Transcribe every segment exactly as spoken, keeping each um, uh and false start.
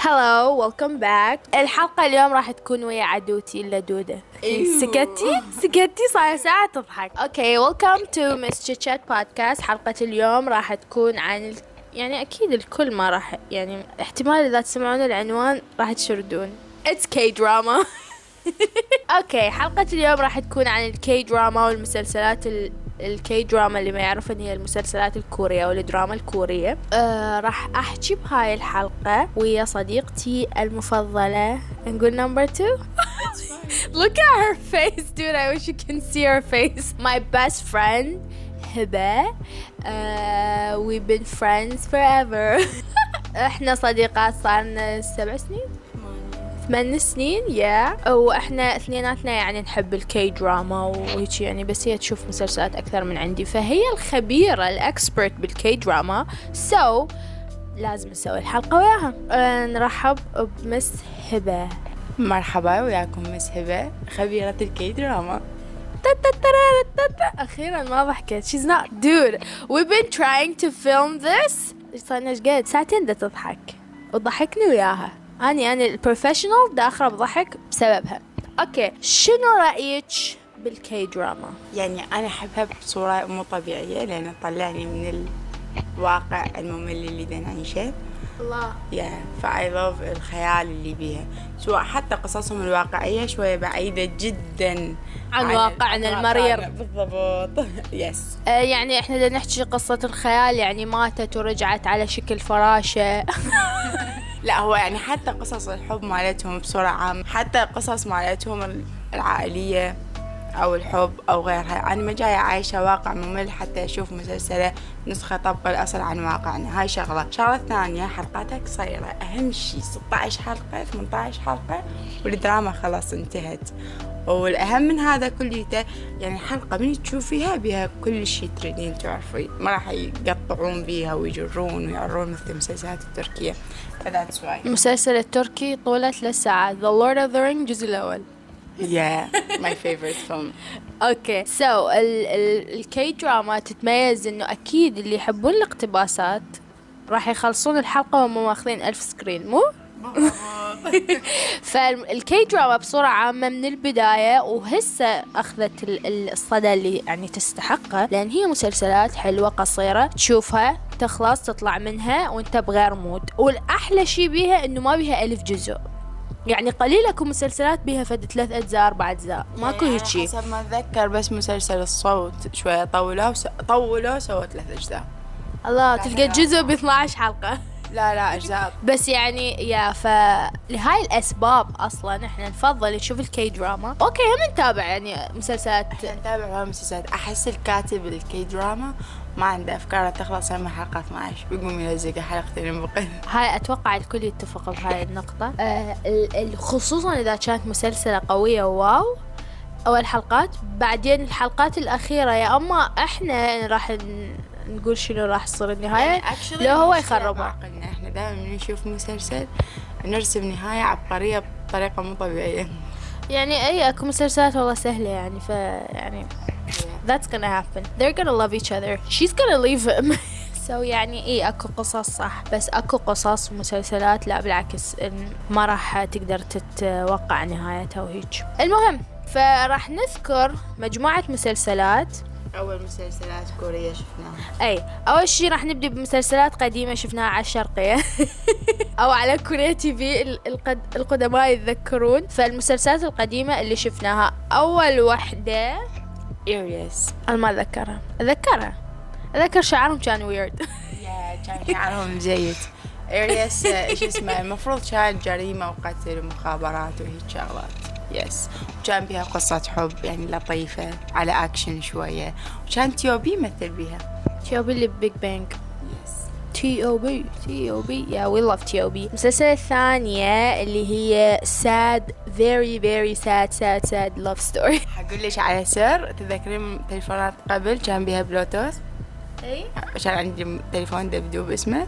Hello, welcome back. الحلقة اليوم راح تكون ويا عدوتي إلا دودة. سكتي؟ سكتي صار ساعة تضحك. Okay, welcome to Miss Chit Chat Podcast. حلقة اليوم راح تكون عن ال... يعني أكيد الكل ما راح يعني احتمال إذا تسمعون العنوان راح تشردون. It's K-drama. اوكي حلقة اليوم راح تكون عن الكي دراما والمسلسلات ال... الكي دراما اللي ما يعرفن هي المسلسلات الكورية والدراما الكورية. آه راح احكي بهاي الحلقة ويا صديقتي المفضلة. نقول number two. Look at her face, dude. I wish you can see her face. My best friend هبة. uh, We've been friends forever. احنا صديقات صارنا سبع سنين ثمان سنين يا yeah. واحنا اثنيناتنا يعني نحب الكي دراما وهيك يعني، بس هي تشوف مسلسلات اكثر من عندي، فهي الخبيرة الاكسبرت بالكي دراما. سو so, لازم نسوي الحلقة وياها. أه نرحب بمس هبة. مرحبا وياكم مس هبة خبيرة الكي دراما. اخيرا ما ضحكت. she's not dude we've been trying to film this. صار ايش قد ساعتين دا تضحك وضحكني وياها. أنا أنا البروفيشنال دا أخرب ضحك بسببها. أوكي شنو رأيك بالكي دراما؟ يعني أنا أحبها بصورة مو طبيعية لأن تطلعني من الواقع الممل اللي دا نعيشه. الله يا yeah. فاي لوف الخيال اللي بيها، سواء حتى قصصهم الواقعية شوية بعيدة جدا عن, عن واقعنا المرير. بالضبط. يس آه يعني إحنا دا نحكي قصة الخيال، يعني ماتت ورجعت على شكل فراشة. لا هو يعني حتى قصص الحب مالتهم بصورة عامة، حتى قصص مالتهم العائلية أو الحب أو غيرها. أنا ما جاية عايشة واقع ممل حتى أشوف مسلسلة نسخة طبق الأصل عن واقعنا. هاي شغلة. شغلة ثانية حلقاتها قصيرة، أهم شي ستة عشر حلقة ثمانية عشر حلقة والدراما خلاص انتهت. والأهم من هذا كليته يعني حلقة من تشوفيها بها كل شيء تريدين تعرفي، ما راح يقطعون بيها ويجرون ويعرون مثل المسلسلات التركية. فذاتس واي المسلسل التركي طوله ثلاث ساعات. The Lord of the Rings الجزء الأول. Yeah, my favorite film. اوكي سو الكي دراما تتميز انه اكيد اللي يحبون الاقتباسات راح يخلصون الحلقة وهم ماخذين ألف سكرين مو؟ فالكي دراما بصورة عامة من البداية وهسه أخذت الصدى اللي يعني تستحقه، لأن هي مسلسلات حلوة قصيرة تشوفها تخلص تطلع منها وانت بغير مود. والأحلى شي بيها إنه ما بيها ألف جزء، يعني قليل اكو مسلسلات بيها فد ثلاث اجزاء اربع اجزاء ماكو يعني هيجي. حسب ما اتذكر بس مسلسل الصوت شويه طولوا وس... طولوا سووا ثلاث اجزاء. الله تلقى جزء ب اثنتي عشرة حلقه. لا لا اجزاء بس يعني يا فلهاي الاسباب اصلا احنا نفضل نشوف الكي دراما. اوكي هم نتابع يعني مسلسلات، نتابع مسلسلات. احس الكاتب الكي دراما ما عنده افكار تخلص من حلقه اثنتي عشر بيقوم يلزق حلقتين بقى. هاي اتوقع الكل يتفق بهاي النقطه. آه خصوصا اذا كانت مسلسله قويه واو اول حلقات، بعدين الحلقات الاخيره يا اما احنا راح نقول شنو راح تصير النهايه يعني لو هو يخربها. احنا دائما نشوف مسلسل نرسم نهايه عبقريه بطريقه مو طبيعيه. يعني اي اكو مسلسلات والله سهله يعني ف يعني that's gonna happen. They're gonna love each other. She's gonna leave him. so يعني ايه اكو قصص صح، بس اكو قصص ومسلسلات لا بالعكس ما راح تقدر تتوقع نهايتها وهيك. المهم فراح نذكر مجموعة مسلسلات. أول مسلسلات كورية شفناها. أي أول شي راح نبدأ بمسلسلات قديمة شفناها على الشرقية أو على كوريا تي في القد... القدماء يتذكرون. فالمسلسلات القديمة اللي شفناها أول وحدة إيريس. أنا ما أذكرها. أذكرها أذكر شعرهم كان ويرد. يا كان شعرهم زيت. إيريس إيش اسمه المفروض كان جريمة وقتل ومخابرات وهيك شغلات. يس وكان بيها قصة حب يعني لطيفة على أكشن شوية، وكان تي او بي مثل بيها. تي او بي اللي بيج بانج. يس تي او بي تي او بي يا وي لاف تي او بي. المسلسلة الثانية اللي هي sad very very sad sad sad love story. حقول ليش على سر. تذكرين تليفونات قبل كان بيها بلوتوث؟ اي كان عندي تليفون دبدوب اسمه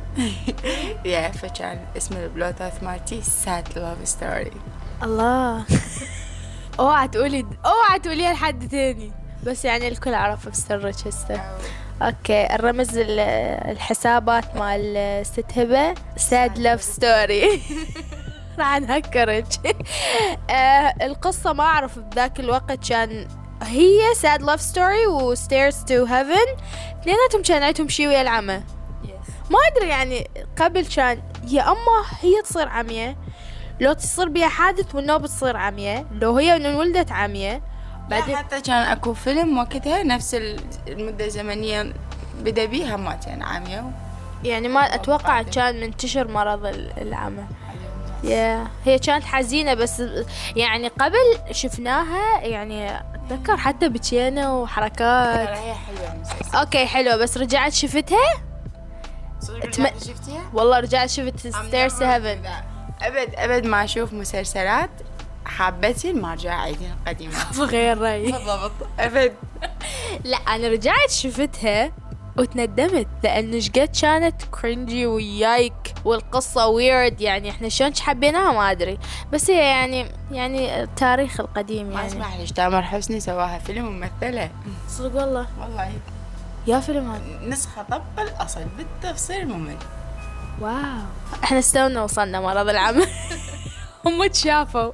يا فكان اسم البلوتوث مالتي sad love story. الله اوعى تقولي اوعى تقوليها لحد تاني، بس يعني الكل عرفه بسرك هسه. اوكي الرمز ال- الحسابات مال ست هبة ساد لاف ستوري. راح نهكرك. آه القصة ما أعرف بذاك الوقت كان هي ساد لاف ستوري و ستيرز تو هيفن اثنيناتهم كان عندهم شي ويا العمى. ما أدري يعني قبل كان يا أما هي تصير عمية لو تصير بيها حادث والنوبة تصير عمية لو هي من انولدت عمية. بعدين حتى كان اكو فيلم وقتها نفس المدة الزمنية بدا بيها ماتين عامية يعني ما أتوقع كان منتشر مرض ال- العمى. يا هي كانت حزينة بس يعني قبل شفناها يعني أتذكر حتى بكينا وحركات. هي حلوة المسلسل. أوكي حلوة بس رجعت شفتها. صدق تم- رجعت شفتيها؟ والله رجعت شفت ستيرز تو هيفن. ابد ابد ما اشوف مسلسلات حابتي ما ارجع اعيدها القديمة. بغير رأي. بالضبط ابد. لا أنا رجعت شفتها وتندمت لأنه شقد كانت كرنجي ويايك والقصة ويرد يعني احنا شلون حبيناها ما أدري بس هي يعني يعني التاريخ القديم ما يعني. اسمح ليش تامر حسني سواها فيلم وممثلة. صدق والله والله يا فيلم هذا نسخة طبق الأصل بالتفصيل ممل. واو احنا استونا وصلنا مرض العمى. هم تشافوا.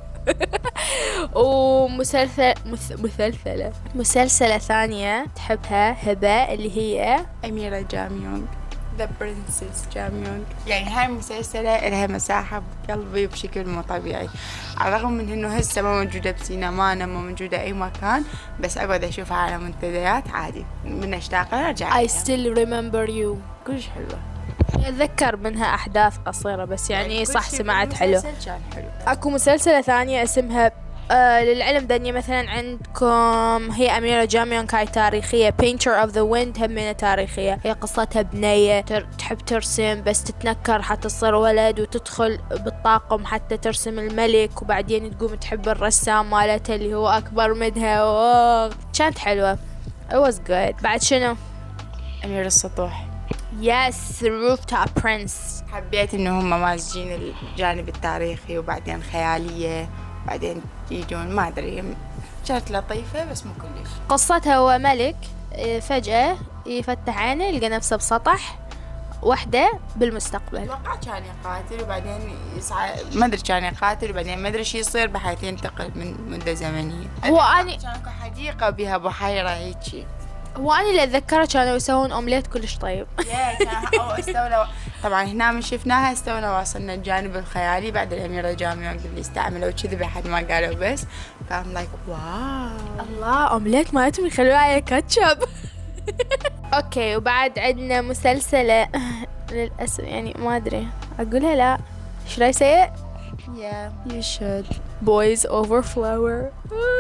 ومسلسل مث... مسلسلة مسلسلة ثانية تحبها هبة اللي هي أميرة جام يونغ The Princess جام يونغ. يعني هاي المسلسلة لها مساحة بقلبي بشكل مو طبيعي على الرغم من إنه هسه ما موجودة بسينمانا ما موجودة أي مكان بس أقعد أشوفها على منتديات عادي من أشتاق لها أرجع I عليها. still remember you. كلش حلوة. أتذكر منها أحداث قصيرة بس يعني كل صح شي سمعت حلو. بالمسلسل كان حلو. أكو مسلسلة ثانية اسمها آه للعلم دنيا مثلا عندكم هي أميرة جام يونغ هاي تاريخية Painter of the Wind همينة تاريخية. هي قصتها بنية تر تحب ترسم بس تتنكر حتى تصير ولد وتدخل بالطاقم حتى ترسم الملك وبعدين تقوم تحب الرسام مالتها اللي هو أكبر منها. أوه. كانت حلوة. It was good. بعد شنو؟ أميرة السطوح. Yes Rooftop Prince. حبيت إنه هم مازجين الجانب التاريخي وبعدين خيالية بعدين يجون ما أدري كانت لطيفة بس مو كلش. قصتها هو ملك إيه، فجأة يفتح عينه يلقى نفسه بسطح وحدة بالمستقبل. أتوقع كان يقاتل وبعدين يسعى ما أدري كان يقاتل وبعدين ما أدري شو يصير بحيث ينتقل من مدة زمنية. هو أني كان أكو حديقة بها بحيرة هيجي. هو أني اللي أتذكره كانوا يسوون أومليت كلش طيب. يا كان أو استونا طبعا هنا من شفناها استونا وصلنا الجانب الخيالي بعد الأميرة جام يونغ اللي استعملوا كذب حد ما قالوا بس كان لايك واو الله أومليت مالتهم يخلوها على كاتشب. أوكي وبعد عندنا مسلسلة للأسف يعني ما أدري أقولها لا should I say it? yeah you should. Boys Over Flower.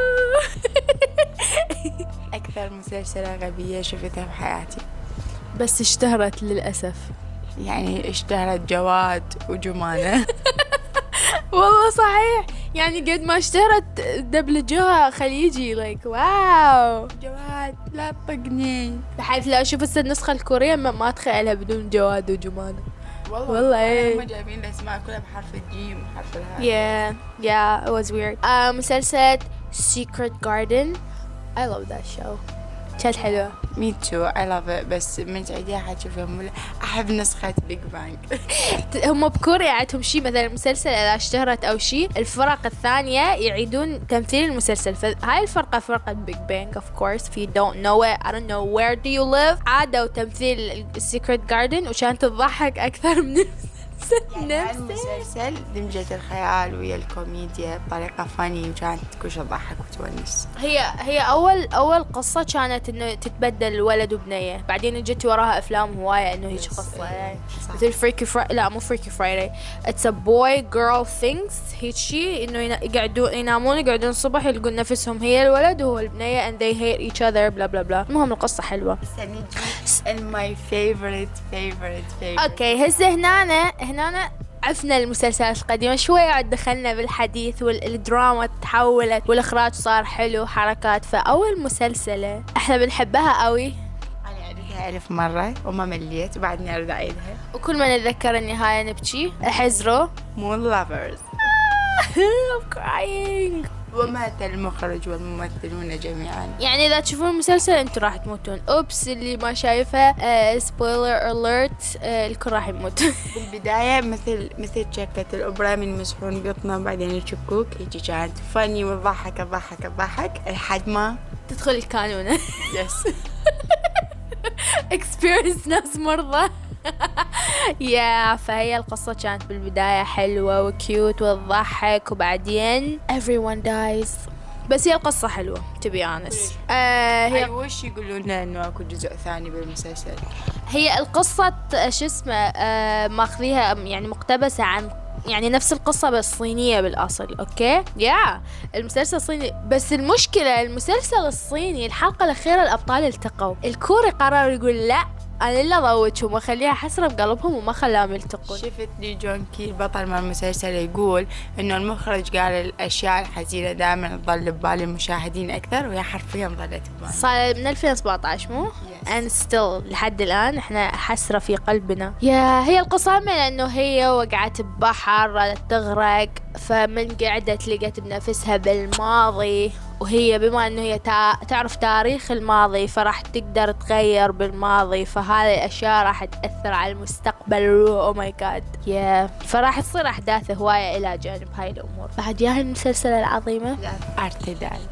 أكثر مسلسلة غبية شفتها بحياتي بس اشتهرت للأسف يعني اشتهرت جواد وجمانة. والله صحيح يعني قد ما اشتهرت دبلجوها خليجي like واو جواد لا تطقني بحيث لو اشوف هسه النسخة الكورية ما, ما اتخيلها بدون جواد وجمانة. والله والله ايه هم جايبين الأسماء كلها بحرف الجيم حرف الهاء. yeah yeah it was weird. uh, مسلسل Secret Garden I love that show كانت حلوة. me too I love it بس من تعيديها حتشوفها مل... أحب نسخة بيج بانج. هم بكوريا عندهم شيء مثلا المسلسل إذا اشتهرت أو شيء الفرق الثانية يعيدون تمثيل المسلسل. فهاي الفرقة فرقة بيج بانج of course if you don't know it I don't know where do you live عادوا تمثيل Secret Garden وكانت تضحك أكثر من يعني المسلسل دمجت الخيال ويا الكوميديا بطريقة فاني وكانت كلش تضحك وتونس. هي هي أول أول قصة كانت إنه تتبدل ولد وبنية بعدين جت وراها أفلام هواية إنه هيك قصة يعني مثل فريكي فراي لا مو فريكي فرايداي it's a boy girl things هيك شيء إنه يقعدون ينامون يقعدون الصبح يلقون نفسهم هي الولد وهو البنية and they hate each other بلا بلا بلا. المهم القصة حلوة. and my favorite favorite favorite أوكي هسه هنا هنا عفنا المسلسلات القديمة شوي عاد دخلنا بالحديث والدراما تحولت والإخراج صار حلو حركات. فأول مسلسلة احنا بنحبها قوي أنا عدتها ألف مرة وما مليت وبعدني أرد أعيدها وكل ما نتذكر النهاية نبكي. حزرو مون لافرز. I'm crying. ومات المخرج والممثلون جميعا. يعني إذا تشوفون المسلسل أنتوا راح تموتون. أوبس اللي ما شايفه سبويلر أليرت، الكل راح يموت. بالبداية مثل مثل شكة الأوبرا من مسحون بطنه بعدين يشكوك، هيجي كانت فني وضحك تضحك تضحك لحد ما تدخل الكانونة. يس experience ناس مرضى. يا فهي القصة كانت بالبداية حلوة وكيوت وتضحك وبعدين everyone dies، بس هي القصة حلوة to be honest. آه هي وش يقولون لنا إنه أكو جزء ثاني بالمسلسل؟ هي القصة شو اسمه آه ماخذيها يعني مقتبسة عن يعني نفس القصة بس صينية بالأصل. أوكي يا yeah. المسلسل صيني، بس المشكلة المسلسل الصيني الحلقة الأخيرة الأبطال التقوا، الكوري قرر يقول لا أنا إلا ضوجهم وخليها حسرة بقلبهم وما خلاهم يلتقون. شفت لي جون كي البطل مال المسلسل يقول إنه المخرج قال الأشياء الحزينة دائما تظل ببال المشاهدين أكثر، وهي حرفيا ظلت ببالي. صار من ألفين وسبعة عشر مو؟ yes. and still لحد الآن إحنا حسرة في قلبنا. يا هي القصة من إنه هي وقعت ببحر رادت تغرق، فمن قعدت لقت بنفسها بالماضي، وهي بما انه هي تا... تعرف تاريخ الماضي فراح تقدر تغير بالماضي، فهذه الاشياء راح تاثر على المستقبل. او ماي جاد يا فراح تصير احداث هوايه الى جانب هاي الامور. بعد يا المسلسل العظيمه ارتدال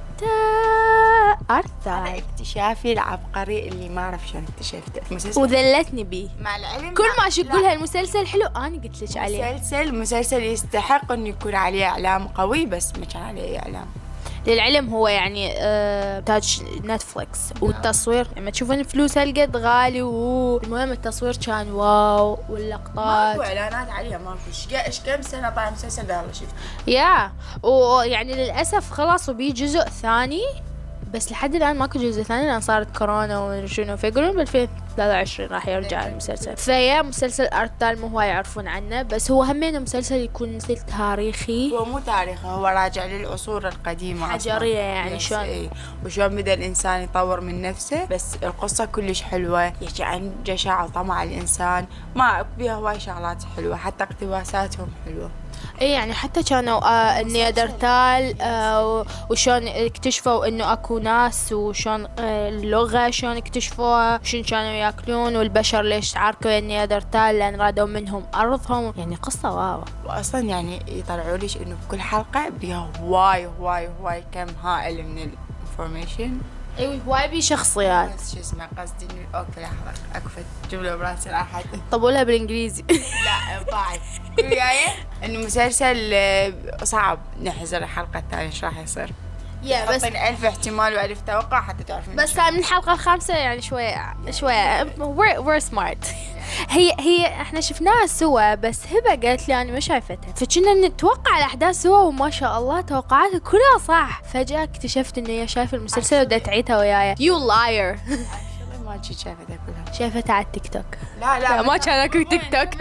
ارثر، هذا اكتشافي العبقري اللي ما اعرف شلون اكتشفته. وذلتني بيه مع العلم كل ما اشوف لها المسلسل حلو انا قلت لك عليه. مسلسل مسلسل يستحق انه يكون عليه اعلام قوي، بس ما كان عليه اعلام. للعلم هو يعني آه تاج نتفليكس، والتصوير لما تشوفون الفلوس هالقد غالي، والمهم التصوير كان واو، واللقطات ماكو اعلانات عليها ماكو. ايش كم سنه طالع مسلسل ده والله شفت يا ويعني للاسف خلاص وبيه جزء ثاني، بس لحد الان ماكو جزء ثاني لان صارت كورونا ومدري شنو، فيقولون ب ألفين وثلاثة وعشرين راح يرجع المسلسل. فيا مسلسل ارتال مو هو يعرفون عنه، بس هو همينه مسلسل يكون مثل تاريخي. هو مو تاريخي، هو راجع للعصور القديمه حجريه يعني شلون ايه. وشلون بدا الانسان يطور من نفسه، بس القصه كلش حلوه، يحكي عن جشع وطمع الانسان، ما بيها هواي شغلات حلوه، حتى اقتباساتهم حلوه. اي يعني حتى كانوا آه النياندرتال آه وشون اكتشفوا انه اكو ناس، وشون آه اللغة شون اكتشفوها، شون كانوا ياكلون، والبشر ليش تعاركوا النياندرتال لان رادوا منهم ارضهم. يعني قصة واو. واصلا يعني يطلعوا ليش انه بكل حلقة بيها هواي هواي هواي كم هائل من الانفورميشن. ايوه هواي بي شخصيات. بس شو اسمه قصدي انه اوكي لحظة اكو جملة براسي راحت. طب قولها بالانجليزي. لا بعد وياي انه مسلسل صعب نحزر الحلقة الثانية ايش راح يصير. يا بس ألف احتمال وألف توقع حتى تعرفين. بس من الحلقة الخامسة يعني شوية شوية we're, we're smart. هي هي احنا شفناها سوا، بس هبة قالت لي انا ما شايفتها، فكنا نتوقع الاحداث سوا، وما شاء الله توقعاتها كلها صح. فجأة اكتشفت انه هي شايفة المسلسل ودا تعيدها وياي. you liar. ما كنت شايفتها كلها، شايفتها على التيك توك. لا لا ما كان اكو تيك توك.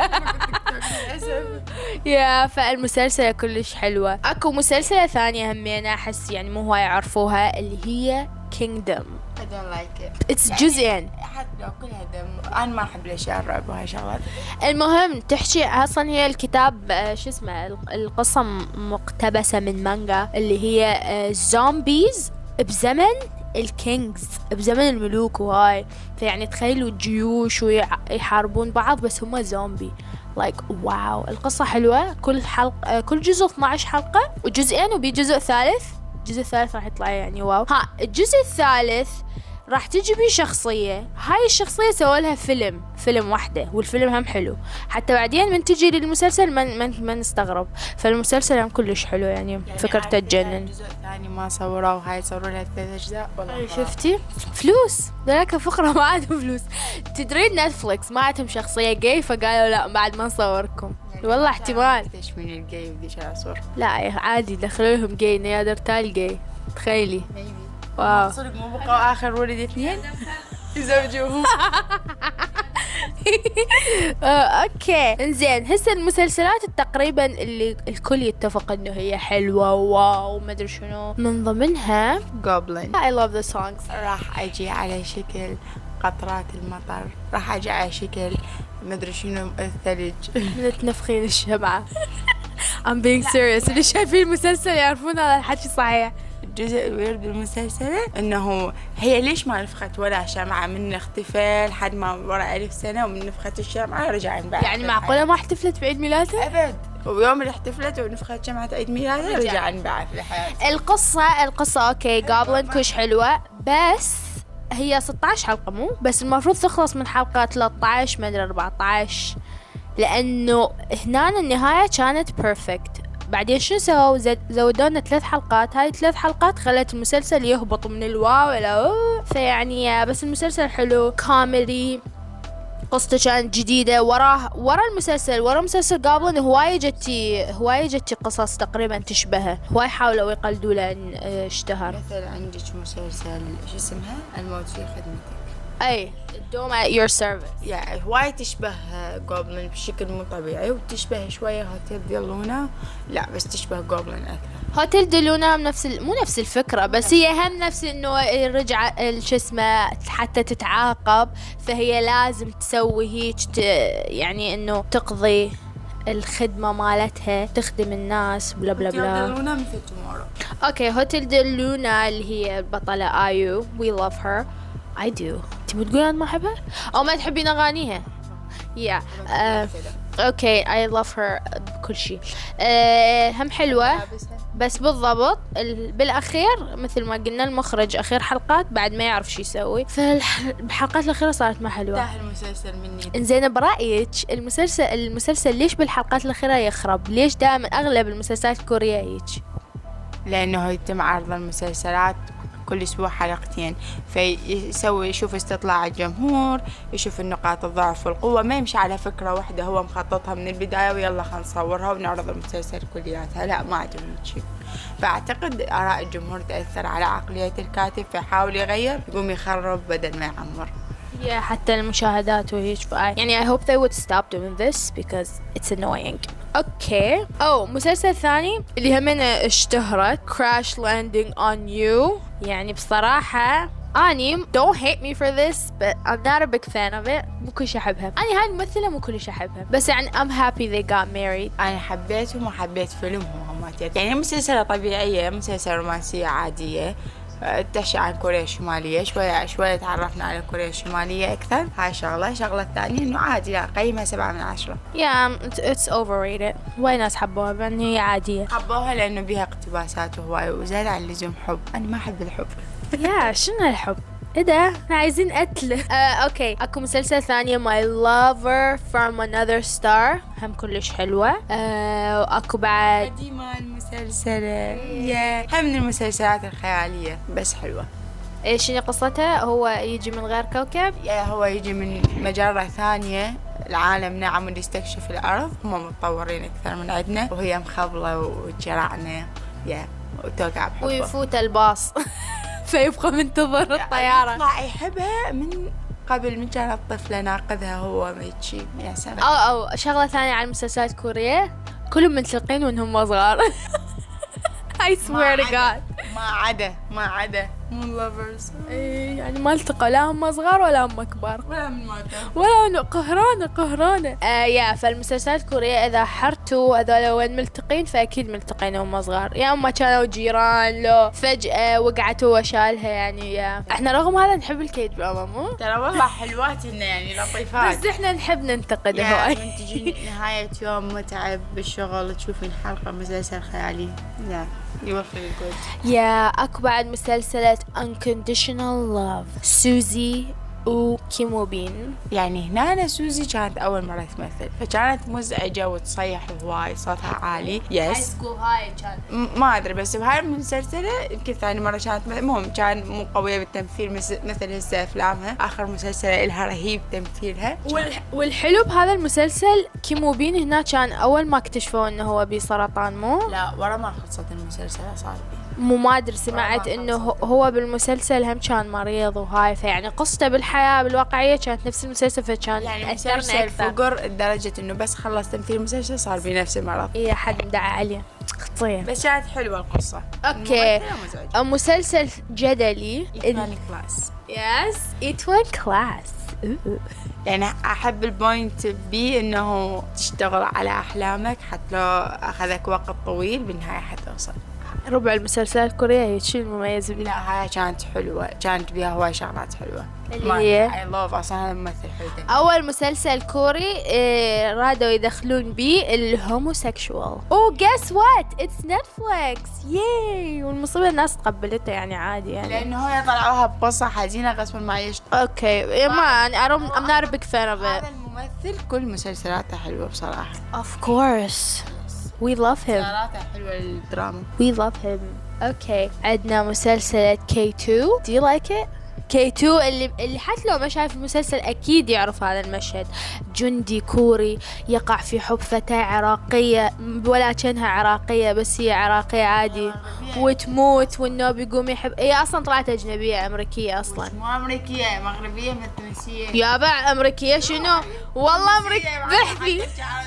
يا فالمسلسل كلش حلوة. اكو مسلسلة ثانية همينة احس يعني مو هواي يعرفوها، اللي هي Kingdom. I don't like it. It's جزئين. حتى لو كلها دم، انا ما احب الاشياء الرعب وهاي شغلات. المهم تحكي اصلا هي الكتاب شو اسمه القصة مقتبسة من مانجا اللي هي زومبيز بزمن الكينجز، بزمن الملوك وهاي. فيعني تخيلوا الجيوش ويحاربون بعض بس هم زومبي. لايك like, واو القصة حلوة. كل حلقة كل جزء اثنا عشر حلقة وجزئين، وبي جزء ثالث. الجزء الثالث راح يطلع يعني واو. ها الجزء الثالث راح تجي بيه شخصية، هاي الشخصية سووا لها فيلم فيلم واحدة، والفيلم هم حلو. حتى بعدين من تجي للمسلسل ما من ما نستغرب. فالمسلسل هم كلش حلو يعني, يعني فكرته تجنن. الجزء الثاني ما صوروا، هاي صوروا لها ثلاث اجزاء والله. شفتي فلوس ذاك فقرة ما عندهم فلوس. تدرين نتفليكس ما عندهم شخصية جاي فقالوا لا بعد ما نصوركم. يعني والله احتمال ايش من الجاي بديش العصور. لا عادي دخلوا لهم جاي نياندرتال جاي. تخيلي واو صدق مو بقوا اخر ولد اثنين يزوجوهم. اوكي انزين. هسه المسلسلات تقريبا اللي الكل يتفق انه هي حلوه واو ما ادري شنو، من ضمنها Goblin. I love the songs. راح اجي على شكل قطرات المطر، راح اجي على شكل ما ادري شنو الثلج. من تنفخين الشمعه. I'm being serious. اللي شايفين المسلسل يعرفون هذا الحكي صحيح. الجزء الويرد بالمسلسل انه هي ليش ما نفخت ولا شمعة من اختفال لحد ما ورا ألف سنة ومن نفخت الشمعة رجع ينبعث. يعني معقولة ما احتفلت بعيد ميلادها؟ أبد. ويوم اللي احتفلت ونفخت شمعة عيد ميلادها رجع ينبعث لحياته. القصة القصة اوكي جوبلن كوش حلوة بس هي ستة عشر حلقة مو بس المفروض تخلص من حلقة ثلاثة عشر ما ادري أربعة عشر لأنه هنا النهاية كانت بيرفكت. بعدين شو سووا زودونا ثلاث حلقات. هاي ثلاث حلقات خلت المسلسل يهبط من الواو إلى أوه. فيعني بس المسلسل حلو كوميدي قصته كانت جديدة. وراه ورا المسلسل ورا مسلسل جوبلن هواية جتي هواية جتي قصص تقريبا تشبهه. هواي حاولوا يقلدوا لأن اشتهر. مثلا عندك مسلسل شو اسمها الموت في خدمتك. أي دوم at your service. يعني هواي تشبه جوبلن بشكل مو طبيعي وتشبه شوية هوتيل دي لونا. لا بس تشبه جوبلن أكثر. هوتيل دي لونا نفس ال... مو نفس الفكرة بس هي هم نفس إنه رجع شو اسمه حتى تتعاقب فهي لازم تسوي هيك ت... يعني إنه تقضي الخدمة مالتها تخدم الناس بلا بلا بلا. هوتيل دي لونا مثل تومورو. أوكي هوتيل دي لونا اللي هي البطلة آيو we love her. I do. تبي تقول أنا ما أحبها أو ما تحبين أغانيها؟ yeah uh, okay I love her بكل شيء. uh, هم حلوة بس بالضبط بالأخير مثل ما قلنا المخرج أخير حلقات بعد ما يعرف شو يسوي فالحلقات الأخيرة صارت ما حلوة. تاه المسلسل مني. إنزين برأيك المسلسل المسلسل ليش بالحلقات الأخيرة يخرب؟ ليش دائما أغلب المسلسلات الكورية هيك؟ لأنه يتم عرض المسلسلات كل أسبوع حلقتين فيسوي يشوف استطلاع الجمهور يشوف النقاط الضعف والقوة ما يمشي على فكرة واحدة هو مخططها من البداية ويلا خلينا نصورها ونعرض المسلسل كلياتها. لا ما عجبني شيء. فأعتقد آراء الجمهور تأثر على عقلية الكاتب فيحاول يغير يقوم يخرب بدل ما يعمر. yeah, حتى المشاهدات وهيك يعني I hope they would stop doing this because it's annoying. اوكي او مسلسل ثاني اللي همنا اشتهرت Crash Landing on You. يعني بصراحة اني don't hate me for this but I'm not a big fan of it. مو كلش احبها. اني هاي الممثلة مو كلش احبها بس يعني I'm happy they got married. انا حبيتهم وحبيت فيلمهم هم يعني مسلسلة طبيعية مسلسلة رومانسية عادية تحكي عن كوريا الشمالية شوية شوية تعرفنا على كوريا الشمالية أكثر. هاي شغلة شغلة الثانية إنه عادي لا قيمها سبعة من عشرة. yeah it's overrated. وايد ناس حبوها بأن هي عادية. حبوها لأنه بيها اقتباسات وهواي وزاد عن اللزوم حب. أنا ما أحب الحب. يا شنو الحب ايه ده احنا عايزين قتل. آه، اوكي اكو مسلسل ثانية My Lover from Another Star هم كلش حلوة. آه، واكو بعد قديمة المسلسلة يا هم من المسلسلات الخيالية بس حلوة. ايش شنو قصتها؟ هو يجي من غير كوكب يا هو يجي من مجرة ثانية العالم نعم واللي يستكشف الأرض هم متطورين أكثر من عندنا وهي مخبلة وجرعنا يا وتوقع بحبه ويفوت الباص فيبقى منتظر الطيارة. يطلع يحبها من قبل من كانت طفلة ناقذها هو ميتشي يا سلام. أو أو شغلة ثانية على المسلسلات الكورية كلهم متلقين وإنهم صغار. I swear to God. ما عدا ما عدا مو lovers. إيه يعني ما التقوا لا هم صغار ولا هم كبار ولا من ماذا ولا قهرانة قهرانة. آه يا فالمسلسلات الكورية إذا حرتوا هذول وين ملتقين فأكيد ملتقين وهم صغار يا أما كانوا جيران لو فجأة وقعتوا وشالها يعني يا احنا رغم هذا نحب الكيد دراما مو ترى والله حلوات إنه يعني لطيفات بس احنا نحب ننتقد هواي. هواي. من تجي نهاية يوم متعب بالشغل تشوفين حلقة مسلسل خيالي لا يوفر الجود. يا أكو بعد مسلسلات Unconditional Love سوزي وكيمو بين. يعني هنا أنا سوزي كانت أول مرة تمثل فكانت مزعجة وتصيح هواي صوتها عالي يس هاي كان ما أدري بس بهاي المسلسلة يمكن ثاني مرة كانت مهم كان مو قوية بالتمثيل مثل هسه أفلامها. آخر مسلسل إلها رهيب تمثيلها. والحلو بهذا المسلسل كيمو بين هنا كان أول ما اكتشفوا إنه هو بسرطان مو لا ورا ما خلصت المسلسل صار بي مو ما أدري سمعت إنه هو بالمسلسل هم كان مريض وهاي فيعني قصته بالحياة بالواقعية كانت نفس المسلسل فكان يعني مسلسل فقر لدرجة إنه بس خلص تمثيل المسلسل صار بنفس المرض. إيه حد مدعى عليه خطير بس كانت حلوة القصة. أوكي مسلسل جدلي إيتوان كلاس يس إيتوان كلاس يعني أحب البوينت بي إنه تشتغل على أحلامك حتى لو أخذك وقت طويل بالنهاية حتوصل. ربع المسلسلات الكورية هي شيء المميز بيها. لا هاي كانت حلوة، كانت بيها هواي شغلات حلوة اللي هي I love أصلا هذا الممثل حلو. أول مسلسل كوري إيه رادوا يدخلون بيه الهوموسيكشوال. أوه guess what it's Netflix ياي. والمصيبة الناس تقبلته يعني عادي يعني لأنه هو طلعوها بقصة حزينة قسما ما يشت. أوكي ما أنا I'm not a big fan of it. هذا الممثل كل مسلسلاته حلوة بصراحة. Of course we love him. مسلسلاته حلوة الدراما. We love him. Okay عندنا مسلسل كي تو. Do you like it? كي تو اللي اللي حتى لو ما شايف المسلسل أكيد يعرف هذا المشهد. جندي كوري يقع في حب فتاة عراقية ولا كأنها عراقية بس هي عراقية عادي وتموت والنوب يقوم يحب. هي أصلا طلعت أجنبية أمريكية أصلا. مو أمريكية مغربية تونسية. يابا أمريكية شنو؟ والله أمريكية بحثي.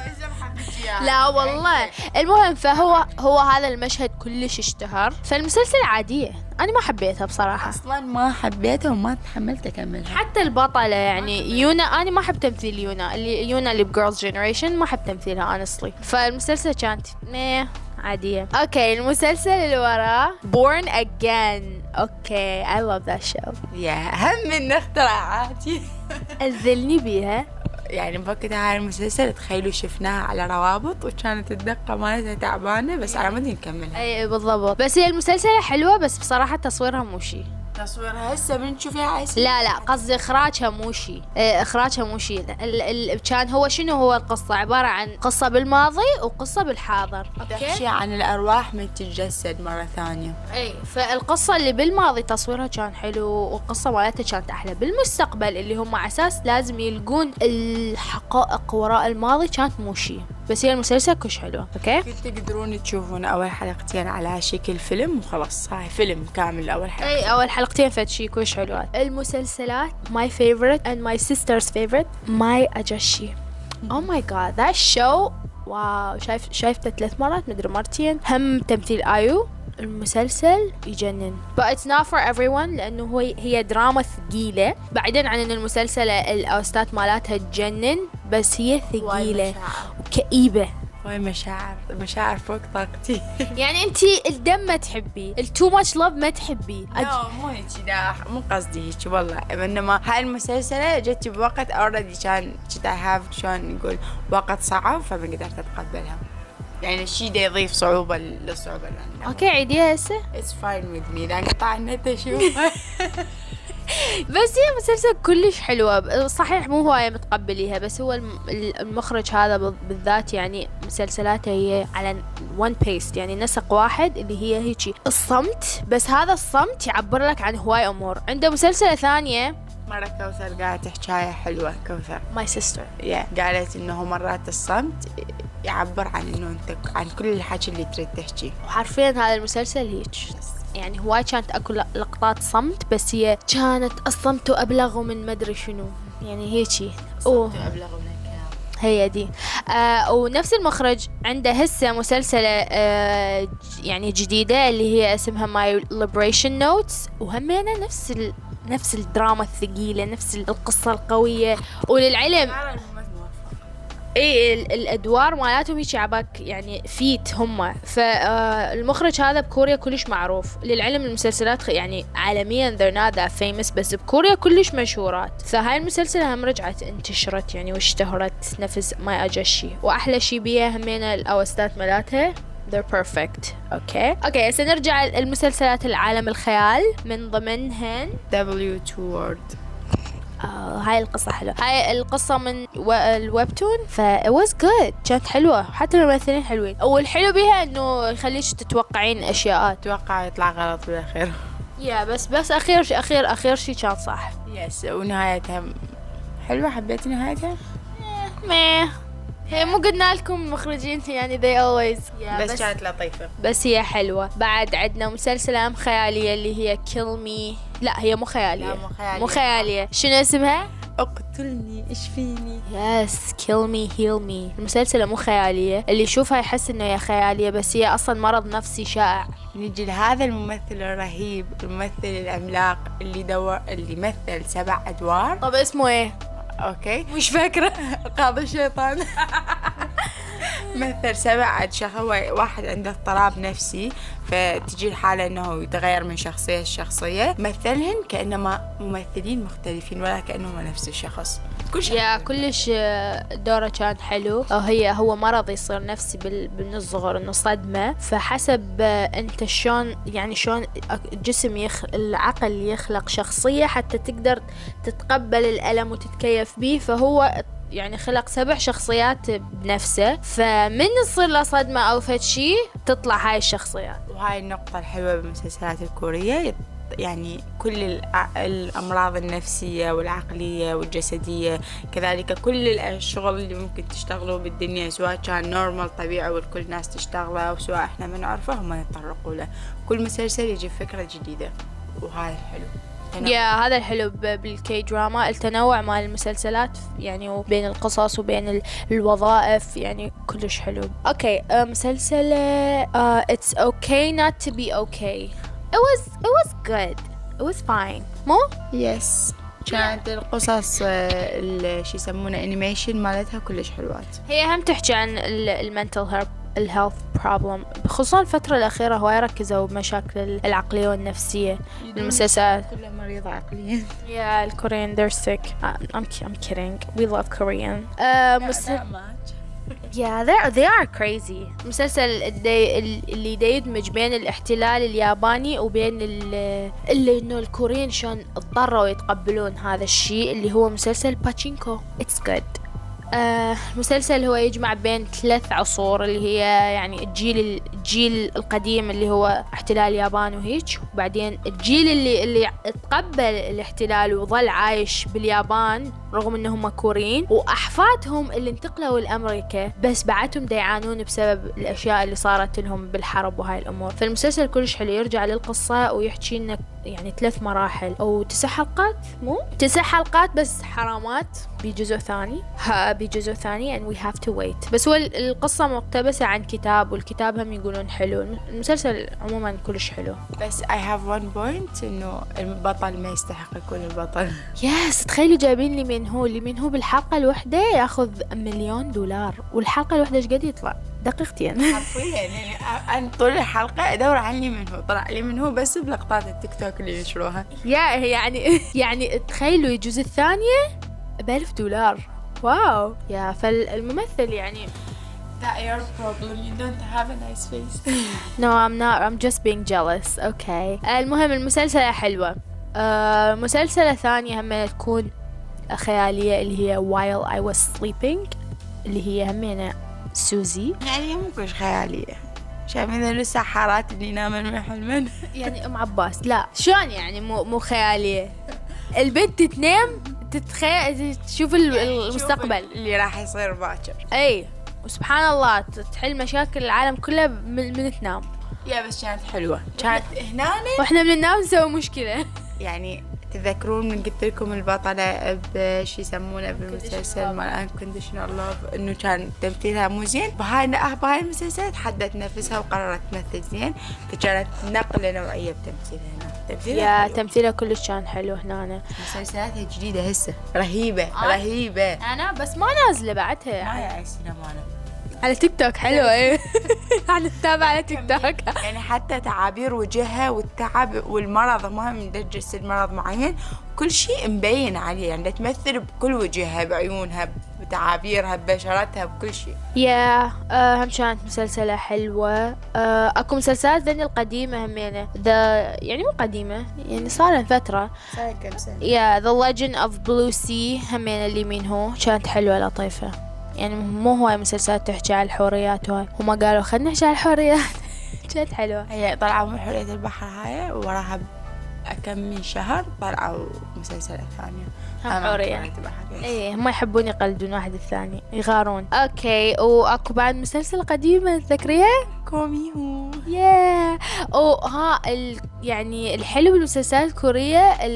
لا والله. المهم فهو هو هذا المشهد كلش اشتهر. فالمسلسل عادية أنا ما حبيتها بصراحة. أصلا ما حبيتها وما تحملت أكملها. حتى البطلة يعني يونا أنا ما أحب تمثيل يونا اللي يونا اللي بجيرلز جينيريشن ما أحب تمثيلها honestly. فالمسلسل كانت ميه عادية. أوكي المسلسل اللي وراه Born Again. أوكي I love that show. يا هم من اختراعاتي. أذلني بيها. يعني بوقتها هاي المسلسل تخيلوا شفناها على روابط وكانت الدقة مالتها تعبانة بس على مدى نكملها. أي بالضبط. بس هي المسلسلة حلوة بس بصراحة تصويرها مو شي. تصويرها هسه بنشوفها هسه. لا لا قصدي إخراجها مو شي. إيه إخراجها مو شي. ال ال كان هو شنو هو القصة عبارة عن قصة بالماضي وقصة بالحاضر. تحكي عن الأرواح من تتجسد مرة ثانية. اي فالقصة اللي بالماضي تصويرها كان حلو والقصة مالتها كانت أحلى. بالمستقبل اللي هم على أساس لازم يلقون الحقائق وراء الماضي كانت مو شي. بس هي المسلسل كش حلو. اوكي تقدرون تشوفون اول حلقتين على شكل فيلم وخلاص هاي فيلم كامل اول حلقة. اي اول حلقتين فد شي كش حلوات. المسلسلات my favorite and my sister's favorite My Ajashi. oh my god that show واو. شايف شايفته ثلاث مرات مدري مرتين. هم تمثيل آيو المسلسل يجنن. but it's not for everyone لأنه هو هي دراما ثقيلة. بعدين عن إن المسلسل الأوستات مالاتها تجنن بس هي ثقيلة وكئيبة. هاي مشاعر مشاعر فوق طاقتي. يعني أنتي الدم ما تحبي التو ماتش لاف ما تحبي. لا مو هيك لا مو قصدي هيك والله. إنما هاي المسلسلة جت بوقت already كان كنت I have شلون نقول وقت صعب فما قدرت أتقبلها. يعني الشيء ده يضيف صعوبة للصعوبة اللي عندنا. أوكي عيديها هسه. It's fine with me. لأن قطع النت أشوفها. بس هي مسلسل كلش حلوة صحيح مو هواية متقبليها بس هو المخرج هذا بالذات يعني مسلسلاته هي على one pace يعني نسق واحد اللي هي هيجي الصمت. بس هذا الصمت يعبر لك عن هواي أمور. عنده مسلسلة ثانية مرة كوثر قالت حكاية حلوة. كوثر my sister yeah. قالت إنه مرات الصمت يعبر عن إنه أنت عن كل الحكي اللي تريد تحكي. وحرفيا هذا المسلسل هيك يعني هواي كانت أكو لقطات صمت بس هي كانت الصمت أبلغ من مدري شنو يعني هيجي. الصمت أبلغ من الكلام. هي دي. آه ونفس المخرج عنده هسه مسلسلة آه يعني جديدة اللي هي اسمها My Liberation Notes وهمينا نفس ال نفس الدراما الثقيلة نفس القصة القوية. وللعلم اي الادوار مالاتهم هيك عباك يعني فيت هم. فالمخرج هذا بكوريا كلش معروف. للعلم المسلسلات يعني عالميا they're not that famous بس بكوريا كلش مشهورات. فهاي المسلسلة هم رجعت انتشرت يعني واشتهرت نفس ما أجشي. واحلى شي بيها همينة الاوستات مالاتها they're perfect. اوكي اوكي هسه نرجع المسلسلات العالم الخيال من ضمنهن دبليو تو World. آه هاي القصة حلوة. هاي القصة من و... الويبتون ف it was good كانت حلوة حتى الممثلين حلوين. والحلو بيها انه يخليش تتوقعين اشياء اتوقع يطلع غلط بالاخير. يا بس بس اخير شيء اخير اخير شيء كان صح. يس ونهايتها حلوة. حبيت نهايتها ما هي مو قلنا لكم المخرجين يعني they always بس, بس كانت لطيفة بس هي حلوة. بعد عندنا مسلسلة أم خيالية اللي هي kill me. لا هي مو خيالية. لا مو خيالية. مو خيالية. شنو اسمها؟ اقتلوني. اقتلني اشفيني. يس كيل مي هيل مي. المسلسل مو خيالية، اللي يشوفها يحس انه هي خيالية بس هي اصلا مرض نفسي شائع. نجي لهذا الممثل الرهيب، الممثل العملاق اللي دور اللي مثل سبع ادوار. طب اسمه ايه؟ اوكي مش فاكرة. قاضي الشيطان. مثل سبع أشخاص. هو واحد عنده اضطراب نفسي، فتجي الحالة انه يتغير من شخصية لشخصية، مثلهن كأنما ممثلين مختلفين ولا كأنهما نفس الشخص. كل شيء يا كلش دوره كان حلو. هي هو مرض يصير نفسي بال- من الصغر، انه صدمة، فحسب انت شلون يعني شلون الجسم يخ العقل يخلق شخصية حتى تقدر تتقبل الألم وتتكيف به، فهو يعني خلق سبع شخصيات بنفسه، فمن تصير له صدمة أو فد شي تطلع هاي الشخصيات. وهاي النقطة الحلوة بالمسلسلات الكورية، يعني كل الأ- الأمراض النفسية والعقلية والجسدية، كذلك كل الشغل اللي ممكن تشتغلوا بالدنيا، سواء كان نورمال طبيعي والكل الناس تشتغله أو سواء إحنا ما نعرفه هم يتطرقوا له. كل مسلسل يجيب فكرة جديدة وهذا الحلو. يا yeah, هذا الحلو بالكي دراما، التنوع مال المسلسلات يعني وبين القصص وبين ال- الوظائف، يعني كلش حلو. اوكي okay, uh, مسلسل uh, It's okay not to be okay. It was it was good. It was fine. مو؟ يس كانت القصص اللي شو يسمونه انيميشن مالتها كلش حلوات. هي هم تحكي عن المنتل هيلث الهيلث بروبلم، خصوصا الفترة الأخيرة هواي ركزوا بمشاكل العقلية والنفسية بالمسلسلات. كلها مريضة عقليا. يا الكوريين they're sick. I'm I'm kidding. We love Korean. uh, مسل... Yeah, they they are crazy. مسلسل الدي اللي دا يدمج بين الاحتلال الياباني وبين ال- اللي انه الكوريين شلون اضطروا يتقبلون هذا الشيء، اللي هو مسلسل باتشينكو. It's good. آه المسلسل هو يجمع بين ثلاث عصور، اللي هي يعني الجيل الجيل القديم اللي هو احتلال اليابان وهيك، وبعدين الجيل اللي اللي تقبل الاحتلال وظل عايش باليابان رغم انهم كوريين، واحفادهم اللي انتقلوا لامريكا بس بعدهم دا يعانون بسبب الاشياء اللي صارت لهم بالحرب وهاي الامور. فالمسلسل كلش حلو، يرجع للقصة ويحكي لنا يعني ثلاث مراحل او تسع حلقات، مو تسع حلقات بس حرامات بجزء ثاني، ها بجزء ثاني and we have to wait. بس هو القصة مقتبسة عن كتاب، والكتاب هم يقولون حلو. المسلسل عموما كلش حلو. بس I have one point انه البطل ما يستحق يكون البطل. يس تخيلوا جايبين لي من هو اللي من هو بالحلقة الوحدة ياخذ مليون دولار، والحلقة الوحدة ايش قد يطلع؟ دقيقتين. حرفيا يعني أنا طول الحلقة أدور عني من هو، طلع لي من هو بس بلقطات التيك توك اللي ينشروها. يا يعني يعني تخيلوا الجزء الثانية بألف دولار. واو. يا فالممثل يعني That your problem. You don't have a nice face. no I'm not I'm just being jealous. okay. المهم المسلسلة حلوة. آه مسلسلة ثانية هم تكون خيالية اللي هي While I was sleeping، اللي هي همينة سوزي. يعني مو كلش خيالية، شايفين السحارات اللي ينامن ويحلمن. يعني ام عباس لا شلون يعني مو مو خيالية، البنت تنام تتخيل تشوف المستقبل اللي راح يصير باكر. اي وسبحان الله تحل مشاكل العالم كلها من, من تنام. يا بس كانت حلوة، كانت هنا واحنا من ننام نسوي مشكلة. يعني تذكرون من قلت لكم البطلة بش يسمونه بالمسلسل مال Unconditional Love انه كان تمثيلها مو زين، بهاي بهاي المسلسل تحدت نفسها وقررت تمثل زين، فكانت نقلة نوعية بتمثيلها. يا تمثيلها كلش كان حلو هنا. مسلسلاتها جديدة هسه رهيبة آه. رهيبة. انا بس ما نازلة بعدها ما يا سينمانا على تيك توك حلوة. ايه انا اتابع على تيك توك. يعني حتى تعابير وجهها والتعب والمرض، ما هم تجسد المرض معين، كل شيء مبين عليه، يعني تمثل بكل وجهها، بعيونها، بتعابيرها، ببشرتها، بكل شيء. يا آه هم كانت مسلسلة حلوة. آه اكو مسلسلات ذني القديمة همينة ذا يعني مو قديمة يعني صار لها فترة، صار كم سنة. يا The Legend of Blue Sea همينة اللي من هو كانت حلوة لطيفة. يعني مو هواي مسلسلات تحكي على الحوريات، هواي هما قالوا خلنا نحكي على الحوريات. كانت حلوة. هي طلعوا من حورية البحر هاي ووراها كم من شهر طلعوا مسلسلات ثانية هم حورية. ايه هم يحبون يقلدون واحد الثاني يغارون. اوكي واكو بعد مسلسل قديمة تذكريها كومي هو. ياه او ها ال... يعني الحلو بالمسلسلات الكورية ال...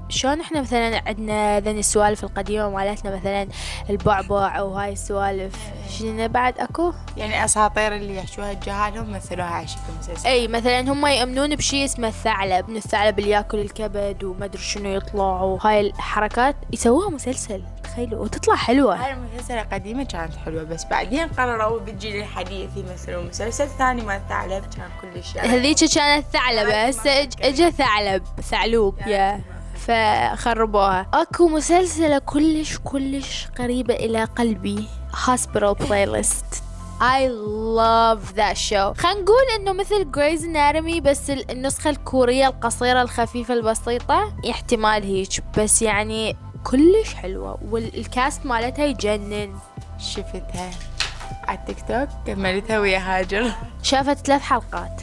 شلون احنا مثلا عندنا ذن السوالف القديمة مالتنا مثلا البعبع او هاي السوالف، شنو بعد اكو يعني اساطير اللي يحشوها الجهال هم مثلوها على شكل مسلسل. اي مثلا هم يؤمنون بشيء اسمه الثعلب، من الثعلب اللي ياكل الكبد وما ادري شنو يطلع، وهاي الحركات يسووها مسلسل، تخيلوا، وتطلع حلوة. هاي المسلسل القديمة كانت حلوة، بس بعدين قرروا بالجيل الحديث يمثلوا مسلسل ثاني مال الثعلب كان كلش يعني هذيك كانت ثعلبة، هسه اجى ثعلب ثعلوب يا فخربوها. اكو مسلسلة كلش كلش قريبة الى قلبي، Hospital Playlist. I love that show. خلينا نقول انه مثل Grey's Anatomy بس النسخة الكورية القصيرة الخفيفة البسيطة، احتمال هيك، بس يعني كلش حلوة والكاست مالتها يجنن. شفتها على التيك توك، كملتها ويا هاجر. شافت ثلاث حلقات.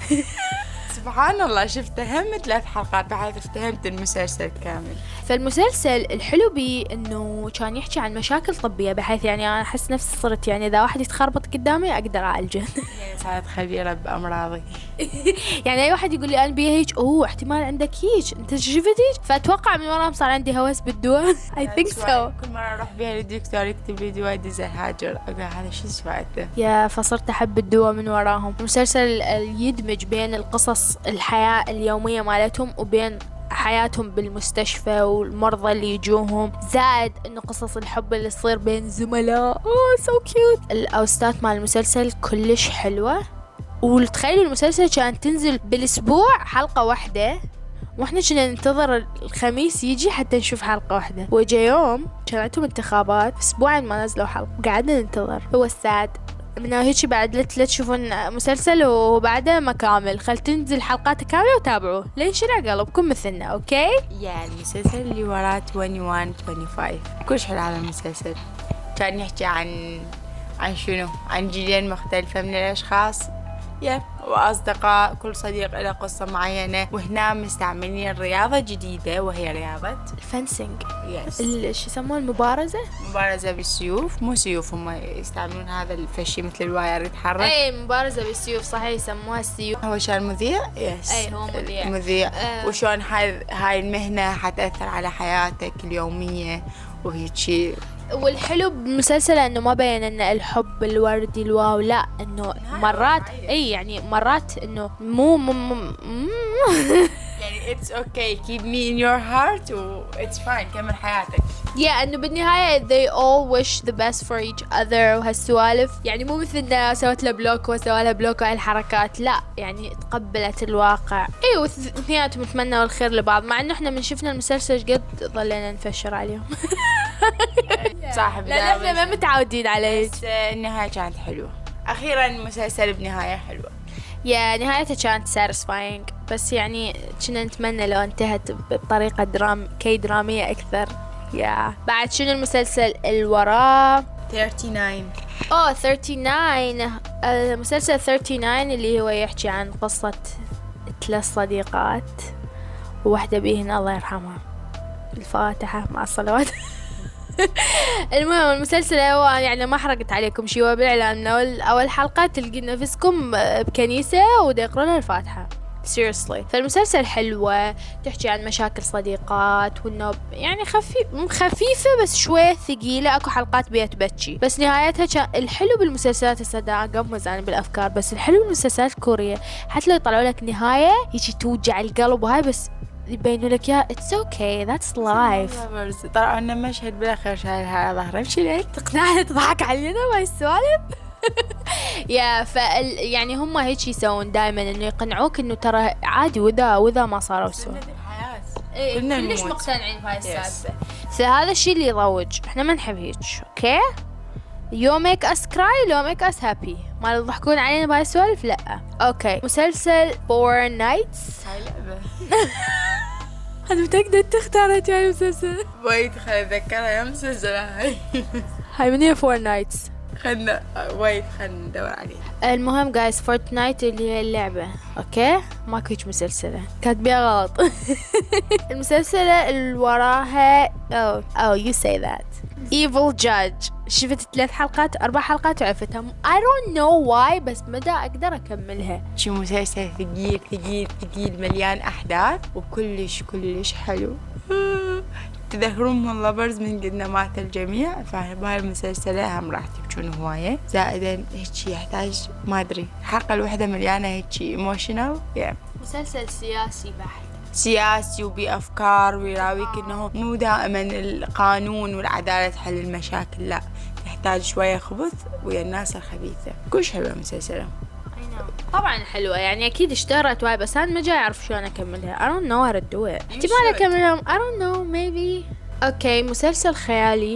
سبحان الله، شفتها هم ثلاث حلقات بحيث افتهمت المسلسل كامل. فالمسلسل الحلو بيه انه كان يحكي عن مشاكل طبية، بحيث يعني انا احس نفسي صرت يعني اذا واحد يتخربط قدامي اقدر اعالجه. يعني صارت خبيرة بامراضي. يعني اي واحد يقول لي انا بيها هيك، اوه احتمال عندك هيك، انت شفت هيك، فاتوقع من وراهم صار عندي هوس بالدواء. I think so. كل مرة اروح بيها للدكتور يكتب لي دواء دزل هاجر، اقول هذا شو سويته؟ يا فصرت احب الدواء من وراهم. المسلسل يدمج بين القصص الحياة اليومية مالتهم وبين حياتهم بالمستشفى والمرضى اللي يجوهم، زائد انه قصص الحب اللي تصير بين زملاء. اوه سو كيوت. الاوستات مال المسلسل كلش حلوة، وتخيلوا المسلسل كان تنزل بالاسبوع حلقة واحدة، واحنا كنا ننتظر الخميس يجي حتى نشوف حلقة واحدة، وجا يوم كان عندهم انتخابات، اسبوعين ما نزلوا حلقة، قعدنا ننتظر. هو الساد من هيك بعد لا تشوفون مسلسل وبعده ما كامل، خل تنزل حلقات كاملة وتابعوه لين شرع قلبكم مثلنا. اوكي يعني المسلسل اللي وراه واحد وعشرين خمسة وعشرين كلش حلو. هذا المسلسل كان يحكي عن عن شنو؟ عن جيلين مختلفة من الأشخاص، يا وأصدقاء، كل صديق له قصة معينة، وهنا مستعملين رياضة جديدة وهي رياضة الفنسنج. يس. شو يسموه المبارزة؟ مبارزة بالسيوف، مو سيوف، هم يستعملون هذا الفشي مثل الواير يتحرك. اي مبارزة بالسيوف صحيح يسموها السيوف. هو شان مذيع؟ يس. اي هو مذيع. مذيع. آه. وشون هاي هاي المهنة حتأثر على حياتك اليومية وهيك شيء. والحلو بالمسلسل انه ما بين لنا الحب الوردي الواو، لا انه مرات اي يعني مرات انه مو مو, مو يعني it's okay keep me in your heart و it's fine كمل حياتك. يا yeah, انه بالنهاية they all wish the best for each other وهالسوالف، يعني مو مثلنا سوت له بلوك وسوى له بلوك وهاي الحركات، لا يعني تقبلت الواقع. اي واثنيناتهم يتمنوا الخير لبعض، مع انه احنا من شفنا المسلسل قد ظلينا نفشر عليهم. صاحب لأن احنا ما متعودين عليه. بس النهاية كانت حلوة، أخيرا المسلسل بنهاية حلوة. يا نهايته كانت satisfying، بس يعني كنا نتمنى لو انتهت بطريقة درام كي درامية أكثر. يا بعد شنو المسلسل اللي وراه؟ ثلاثة وثلاثين. اوه ثلاثة وثلاثين. المسلسل ثلاثة وثلاثين اللي هو يحكي عن قصة ثلاث صديقات وواحدة بيهن الله يرحمها، الفاتحة مع الصلوات. المهم المسلسل هو يعني ما حرقت عليكم شيء، هو بالإعلان من أول أول حلقة تلقي نفسكم بكنيسة ودا يقرون الفاتحة seriously. فالمسلسل حلوة، تحكي عن مشاكل صديقات، وإنه يعني خفيف خفيفة بس شوية ثقيلة، أكو حلقات بيها تبكي، بس نهايتها كان الحلو بالمسلسلات السوداء قمز أنا بالأفكار، بس الحلو بالمسلسلات الكورية حتى لو يطلعوا لك نهاية يجي توجع القلب وهاي، بس يبينوا لك يا it's okay that's life. طلعوا لنا مشهد بالاخير شايل على ظهره مشي ليك تقنعنا تضحك علينا بهاي السوالف. يا فال يعني هم هيك يسوون دائما، انه يقنعوك انه ترى عادي وذا وذا ما صاروا سوا. ايه كلش مقتنعين بهاي السالفه، فهذا الشيء اللي يروج، احنا ما نحب هيك. اوكي you make us cry you make us happy، ما يضحكون علينا بهاي السوالف لا. اوكي مسلسل four nights. هاي لعبه. أنا متأكدة أنت اختارت يعني مسلسل. وايد خل أتذكرها يا مسلسل هاي. هاي من هي فور نايتس؟ خلنا وايد خلنا ندور عليها. المهم جايز فورتنايت اللي هي اللعبة، أوكي ماكو هيك مسلسلة كاتبيها غلط. المسلسلة اللي وراها أو أو you say that Evil Judge، شفت ثلاث حلقات أربع حلقات وعفتها. I don't know why بس مدى أقدر أكملها. شي مسلسل ثقيل ثقيل ثقيل مليان أحداث وكلش كلش حلو. تذكرون من لابرز من قدنا مات الجميع، فبهاي المسلسلة هم راح تبكون هواية. زائدا هيك يحتاج ما أدري الحلقة الوحدة مليانة هيك ايموشنال. yeah. مسلسل سياسي بحت، سياسي وبأفكار ويراويك إنه مو دائما القانون والعدالة تحل المشاكل، لا يحتاج شوية خبث ويا الناس الخبيثة. كلش حلوة مسلسلة طبعا حلوة يعني أكيد اشتهرت واي، بس أنا ما جاي أعرف شلون أكملها. I don't know how to do it. احتمال أكملها I don't know maybe. أوكي مسلسل خيالي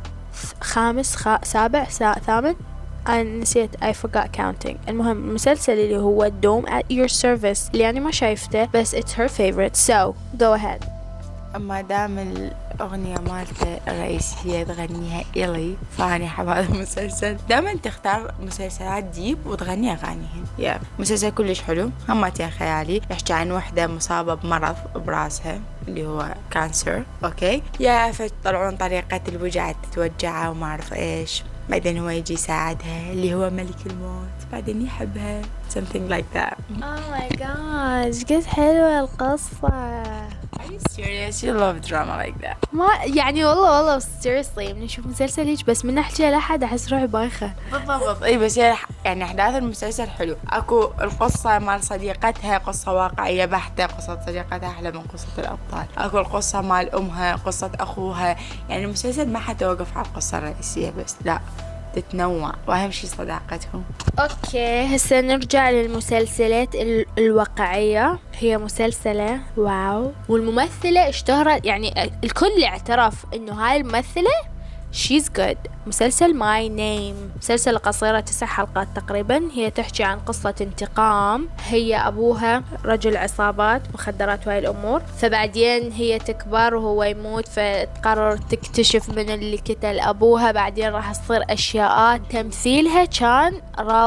خامس خ... سابع سا... ثامن أنا نسيت I forgot counting. المهم المسلسل اللي هو Dome at your service اللي أنا ما شايفته بس it's her favorite so go ahead. أما دام الأغنية مالته الرئيسية تغنيها إلي فأنا أحب هذا المسلسل. دائما تختار مسلسلات ديب وتغني أغانيهن. yeah. مسلسل كلش حلو، همتين خيالي، يحكي عن وحدة مصابة بمرض براسها اللي هو كانسر. أوكي يا فتطلعون طريقة الوجع تتوجع وما أعرف إيش، بعدين هو يجي يساعدها اللي هو ملك الموت، بعدين يحبها something like that. oh my god قد حلوة القصة. Are you serious? You love drama like that. ما يعني والله والله seriously من نشوف مسلسل هيك بس من أحكي لأحد أحس روحي بايخة. بالضبط. اي بس يعني أحداث المسلسل حلو. أكو القصة مال صديقتها قصة واقعية بحتة، قصة صديقتها أحلى من قصة الأبطال. أكو القصة مال أمها، قصة أخوها، يعني المسلسل ما حتوقف على القصة الرئيسية بس، لا تتنوع وأهم شي صداقتهم. أوكي هسه نرجع للمسلسلات ال- الواقعية. هي مسلسلة واو والممثلة اشتهرت يعني الكل اعترف إنه هاي الممثلة she's good. مسلسل My Name مسلسل قصيرة تسع حلقات تقريبا. هي تحكي عن قصة انتقام. هي أبوها رجل عصابات مخدرات وهاي الأمور، فبعدين هي تكبر وهو يموت فتقرر تكتشف من اللي قتل أبوها. بعدين راح تصير أشياء. تمثيلها كان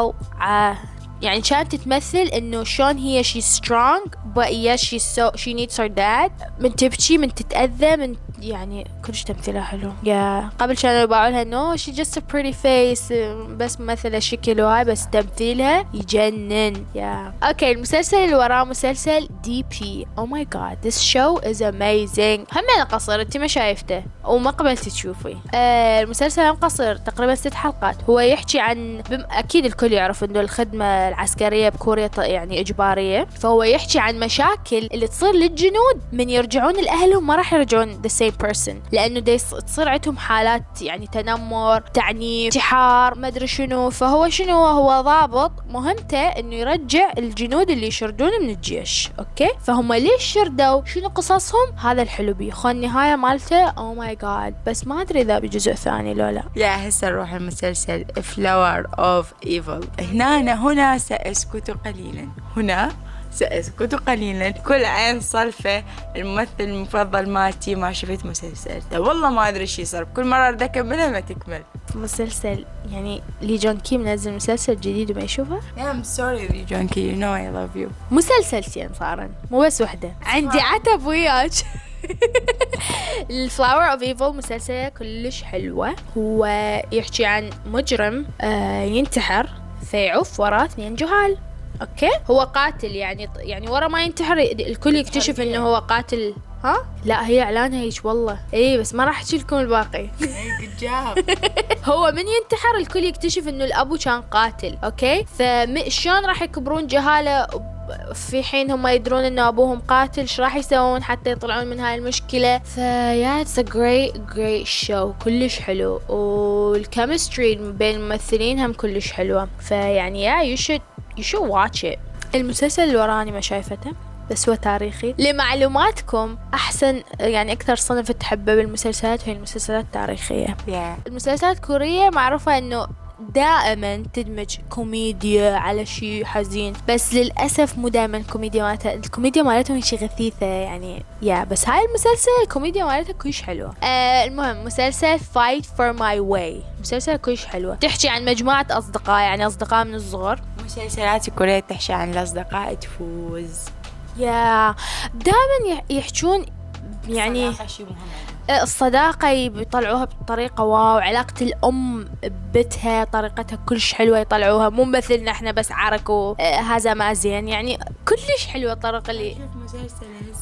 روعة يعني كانت تتمثل انه شلون هي she strong but yes she so she needs her dad. من تبكي من تتأذى من يعني كلش تمثيلها حلو. يا قبل كانوا يباعوا لها انه she just a pretty face بس ممثلة شكل وهاي، بس تمثيلها يجنن. يا اوكي المسلسل اللي وراه مسلسل دي بي. oh my god this show is amazing. هم قصير انت ما شايفته وما قبلتي تشوفي. آه المسلسل هم قصير تقريبا ست حلقات. هو يحكي عن بم... اكيد الكل يعرف انه الخدمة العسكرية بكوريا يعني اجبارية، فهو يحكي عن مشاكل اللي تصير للجنود من يرجعون لأهلهم ما راح يرجعون the same person، لأنه دي تصير عندهم حالات يعني تنمر تعنيف انتحار ما أدري شنو. فهو شنو هو ضابط مهمته إنه يرجع الجنود اللي يشردون من الجيش. أوكي فهم ليش شردوا شنو قصصهم هذا الحلو بيه. خو النهاية مالته oh my god بس ما أدري إذا بجزء ثاني لو لا. يا هسه نروح المسلسل Flower of Evil. هنا هنا سأسكت قليلا هنا سأسكت قليلا. كل عين صلفة الممثل المفضل مالتي ما شفت مسلسل والله ما أدري شي صار، كل مرة أريد أكملها ما تكمل. مسلسل يعني لي جون كي منزل مسلسل جديد وما يشوفه. yeah, I'm sorry لي جون كي you know I love you. مسلسلتين صارن مو بس وحدة. عندي عتب وياك. الفلاور اوف ايفل مسلسلة كلش حلوة. هو يحكي عن مجرم آه ينتحر فيعوف وراه اثنين جهال. اوكي هو قاتل يعني يعني ورا ما ينتحر الكل يكتشف انه هو قاتل. ها لا هي اعلانها هيك والله اي بس ما راح احكي لكم الباقي. هو من ينتحر الكل يكتشف انه الابو كان قاتل. اوكي فشلون راح يكبرون جهاله في حين هم يدرون انه ابوهم قاتل؟ ايش راح يسوون حتى يطلعون من هاي المشكله؟ فيا اتس ا جريت جريت شو كلش حلو والكيمستري بين الممثلين هم كلش حلوه. فيعني يا يو شود يو شود واتش ات. المسلسل اللي وراني ما شايفته بس هو تاريخي. لمعلوماتكم أحسن يعني أكثر صنف تحبه بالمسلسلات هي المسلسلات التاريخية. yeah. المسلسلات الكورية معروفة أنه دائما تدمج كوميديا على شيء حزين، بس للأسف مو دائما كوميديا مالتها الكوميديا مالتهم شيء غثيثة يعني يا بس هاي المسلسل الكوميديا مالتها كلش حلوة. آه المهم مسلسل Fight for my way مسلسل كلش حلوة. تحكي عن مجموعة أصدقاء يعني أصدقاء من الصغر. مسلسلات الكورية تحكي عن الأصدقاء تفوز. يا دائما يحجون يعني الصداقة يطلعوها بطريقة واو. علاقة الأم ببتها طريقتها كلش حلوة يطلعوها مو مثلنا احنا بس عرك وهذا ما زين يعني كلش حلوة الطريقة اللي شوف مسلسل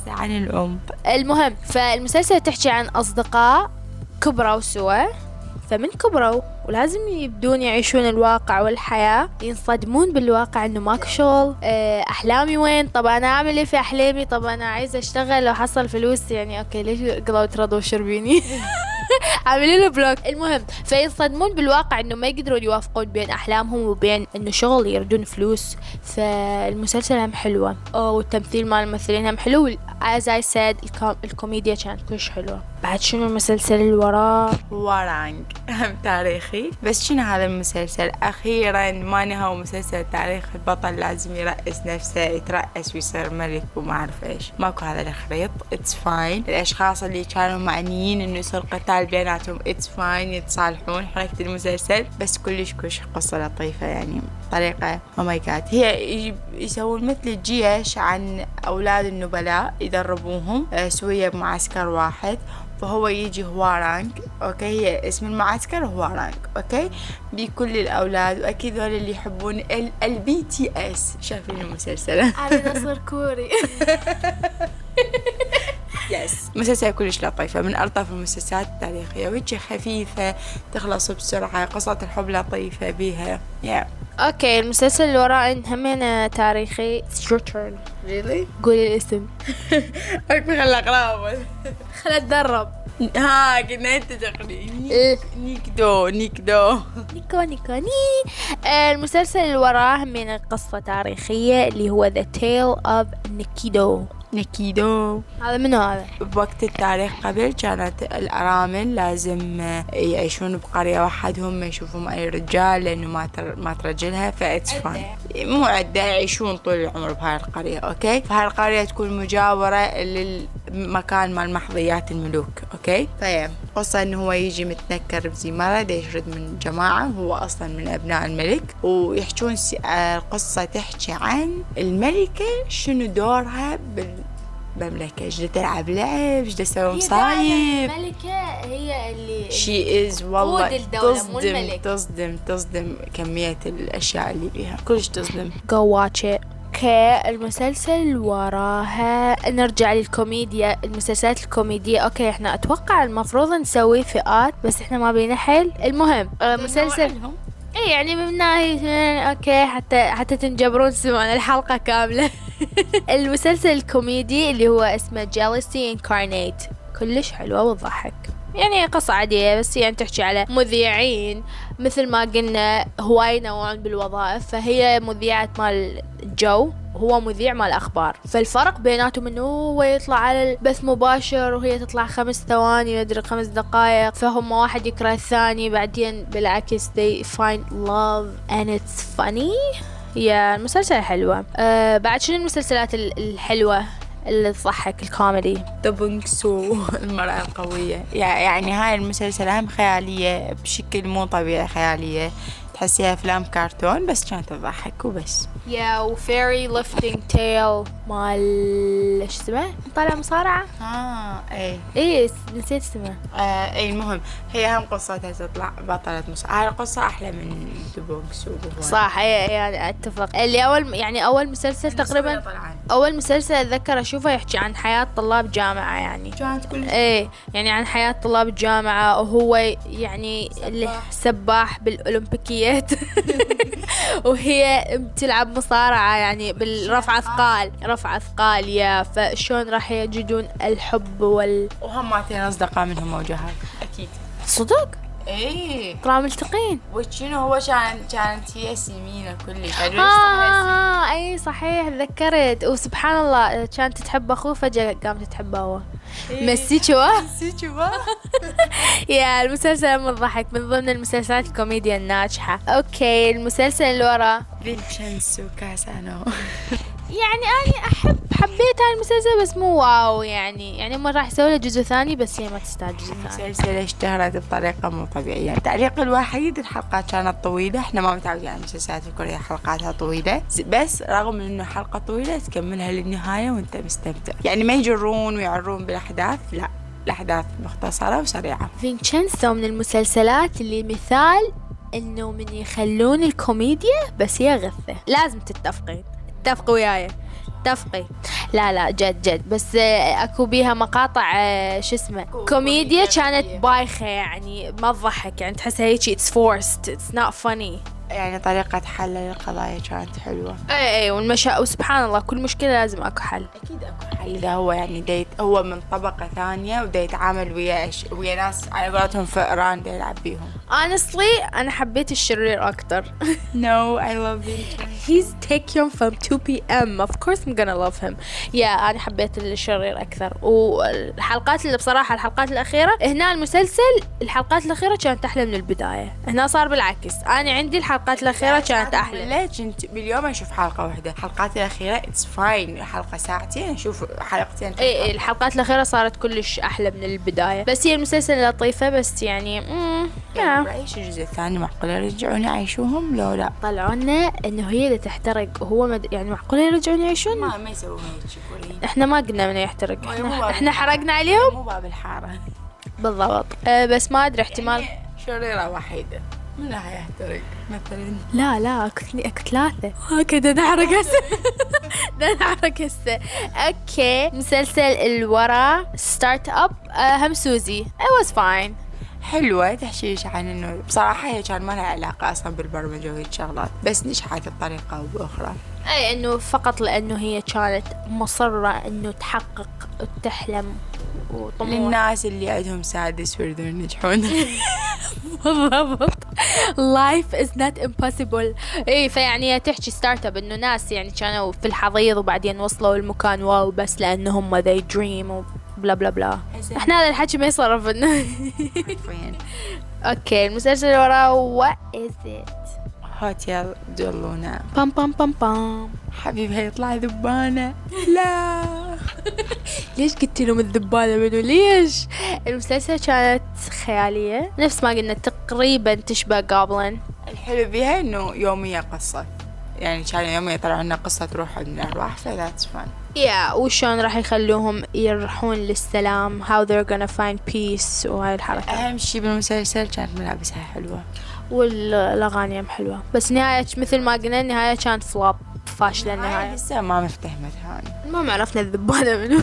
عن الأم. المهم فالمسلسل تحكي عن أصدقاء كبروا سوا، فمن كبروا ولازم يبدون يعيشون الواقع والحياة، ينصدمون بالواقع انه ماكو شغل. احلامي وين؟ طب انا اعمل ايه في احلامي؟ طب انا عايزة اشتغل واحصل فلوس، يعني اوكي ليش قضوا ترضوا شربيني؟ عاملين له بلوك. المهم فينصدمون بالواقع انه ما يقدرون يوافقون بين احلامهم وبين انه شغل يردون فلوس. فالمسلسل هم حلوة والتمثيل مال الممثلين هم حلو. as I said الكوم... الكوميديا كانت كلش حلوة. بعد شنو المسلسل اللي وراه؟ ورانج هم تاريخي، بس شنو هذا المسلسل أخيرا ما نهى مسلسل تاريخي، البطل لازم يرأس نفسه، يترأس ويصير ملك وما أعرف إيش، ماكو هذا الخريط. it's fine. الأشخاص اللي كانوا معنيين إنه يصير قتال بيناتهم it's fine، يتصالحون حركة المسلسل، بس كلش كلش قصة لطيفة يعني طريقة oh my god. هي يسوون مثل الجيش عن أولاد النبلاء يدربوهم سوية بمعسكر واحد، فهو يجي هوارانج اوكي، هي اسم المعسكر هوارانج اوكي، بكل الاولاد، واكيد هول اللي يحبون البي تي اس شايفين المسلسل. انا نصر كوري. يس مسلسل كلش لطيفة، من ألطف المسلسلات التاريخية، وجه خفيفة تخلص بسرعة، قصة الحب لطيفة بيها. yeah. اوكي المسلسل اللي وراه همين تاريخي. It's your turn. really؟ قولي الاسم. اوكي خل اقراه. خل اتدرب. ها كنا انت تقري. إيه. نيكدو نيكدو نيكو نيكو ني. المسلسل اللي وراه من قصة تاريخية اللي هو The Tale of Nikido. نكيدو هذا منو هذا؟ بوقت التاريخ قبل كانت الأرامل لازم يعيشون بقرية وحدهم، ما يشوفون أي رجال لأنه ما تر... ما ترجلها، فإتس فان مو عدة، يعيشون طول العمر بهاي القرية أوكي. فهاي القرية تكون مجاورة للمكان مال محظيات الملوك أوكي. طيب قصة إنه هو يجي متنكر بزمارة دا يشرد من جماعة، هو أصلا من أبناء الملك، ويحكون سي... القصة تحكي عن الملكة شنو دورها بال بملكة، ايش تلعب لعب، ايش تسوي مصايب. الملكة هي اللي شي از والله تصدم تصدم تصدم كمية الأشياء اللي بيها كلش تصدم. go watch it. اوكي المسلسل وراها نرجع للكوميديا، المسلسلات الكوميدية. اوكي احنا اتوقع المفروض نسوي فئات بس احنا ما بينا حيل. المهم مسلسل اي يعني من ناحية اوكي حتى حتى تنجبرون تسمعون الحلقة كاملة. المسلسل الكوميدي اللي هو اسمه Jealousy Incarnate كلش حلوة وتضحك، يعني قصة عادية بس يعني تحكي على مذيعين مثل ما قلنا هواي ينوعون بالوظائف، فهي مذيعة مال جو هو مذيع مال أخبار، فالفرق بيناتهم إنه هو يطلع على البث مباشر وهي تطلع خمس ثواني مدري خمس دقائق، فهم واحد يكره الثاني، بعدين بالعكس they find love and it's funny. يا المسلسل حلوة. أه بعد شنو المسلسلات الحلوة اللي تضحك الكوميدي؟ دبونكسو المرأة القوية، يعني هاي المسلسل هم خيالية بشكل مو طبيعي، خيالية تحسيها أفلام كرتون بس كانت تضحك وبس. يا وفيري ليفتنج تيل مال ايش اسمه؟ طالع مصارعة؟ اه اي ايه نسيت اسمه. آه اي المهم هي هم قصتها تطلع بطلة مصارعة، هاي القصة أحلى من دبونكسو. صح اي يعني اتفق. اللي اول يعني اول مسلسل تقريبا اول مسلسل اتذكر اشوفه يحكي عن حياة طلاب جامعة، يعني كانت كل ايه يعني عن حياة طلاب الجامعة، وهو يعني اللي سباح بالاولمبيكيات وهي بتلعب مصارعة يعني بالرفع اثقال رفع اثقال يا فشون راح يجدون الحب وال وهم ماتين اصدقاء منهم وجهات اكيد. صدق؟ ايه طلعوا ملتقين. وشنو هو كان كانت هي سمينة كلش. اه اه اي صحيح تذكرت. وسبحان الله كانت تحب اخوه فجأة قامت تحبه هو. إيه. مسي شوا مسي شوا. يا المسلسل مضحك من ضمن المسلسلات الكوميديا الناجحة. اوكي المسلسل اللي وراه فينشانسو كاسانو. يعني أنا أحب حبيت هاي المسلسل بس مو واو، يعني يعني ما راح يسوي له جزء ثاني بس هي ما تستاهل جزء ثاني. المسلسل اشتهرت بطريقة مو طبيعية. التعليق الوحيد الحلقات كانت طويلة، احنا ما متعودين على المسلسلات الكورية حلقاتها طويلة، بس رغم انه حلقة طويلة تكملها للنهاية وانت مستمتع، يعني ما يجرون ويعرون بالأحداث، لا الأحداث مختصرة وسريعة. فينشانسو من المسلسلات اللي مثال انه من يخلون الكوميديا بس هي غثة، لازم تتفقين تتفقوا وياي تفقي. لا لا جد جد، بس آه، اكو بيها مقاطع آه، شو اسمه كوميديا كانت بايخة، يعني ما تضحك، يعني تحسها هيك it's forced it's not funny. يعني طريقة حل للقضايا كانت حلوة. اي اي والمشا وسبحان الله كل مشكلة لازم اكو حل. اكيد اكو حل. اذا هو يعني ديت هو من طبقة ثانية ودا يتعامل ويا أش... ويا ناس على قولتهم فئران دا يلعب بيهم. honestly انا حبيت الشرير اكتر. no I love him. he's taken from two p m of course I'm gonna love him. يا yeah, انا حبيت الشرير اكثر. والحلقات اللي بصراحة الحلقات الاخيرة هنا المسلسل الحلقات الاخيرة كانت احلى من البداية. هنا صار بالعكس، انا عندي الحلقات الاخيرة كانت احلى. ليش كنت باليوم اشوف حلقة واحدة، الحلقات الاخيرة اتس فاين، حلقة ساعتين اشوف حلقتين. اي اي الحلقات الاخيرة صارت كلش احلى من البداية، بس هي المسلسل لطيفة بس يعني امم ايش الجزء الثاني معقولة يرجعون يعيشوهم لو لا؟ طلعونا انه هي اللي تحترق وهو مد... يعني معقولة يرجعون يعيشون؟ ما ما يسوون هيك. احنا ما قلنا من يحترق، احنا, احنا حرقنا عليهم. مو باب الحارة بالضبط. أه بس ما ادري احتمال يعني شريرة وحيدة من لا يحترق مثلا. لا لا اكو اكو ثلاثة هكذا نحرق هسه. نحرق هسه. اوكي مسلسل الورا ستارت اب هم سوزي it was fine. حلوة تحشيش عن انه بصراحة هي كان ما لها علاقة اصلا بالبرمجة وهيك شغلات، بس نجحت بطريقة او باخرى. اي انه فقط لانه هي كانت مصرة انه تحقق وتحلم وطموح للناس اللي عندهم سادس ويريدون ينجحون. بالضبط. life is not impossible. اي فيعني تحكي ستارت اب انه ناس يعني كانوا في الحضيض وبعدين وصلوا المكان واو بس لانه هم they dream وبلا بلا بلا. احنا هذا الحكي ما يصرف لنا. اوكي المسلسل اللي وراه what is it؟ هوتيل دولونا. بام بام بام بام. حبيبها يطلع ذبانة. لا. ليش قلت لهم الذبانة منو ليش؟ المسلسل كانت خيالية نفس ما قلنا تقريبا تشبه قابلن. الحلو بيها انه يومية قصة، يعني كان يومية يطلعوا لنا قصة تروح من الأرواح فذاتس فان. يا وشون راح يخلوهم يروحون للسلام how they're gonna find peace وهاي الحركة. أهم شي بالمسلسل كانت ملابسها حلوة والأغاني هم حلوة، بس نهاية مثل ما قلنا النهاية كانت فلوب فاشلة النهاية. لسه ما مفتهمتها أنا. المهم عرفنا الذبانة منو.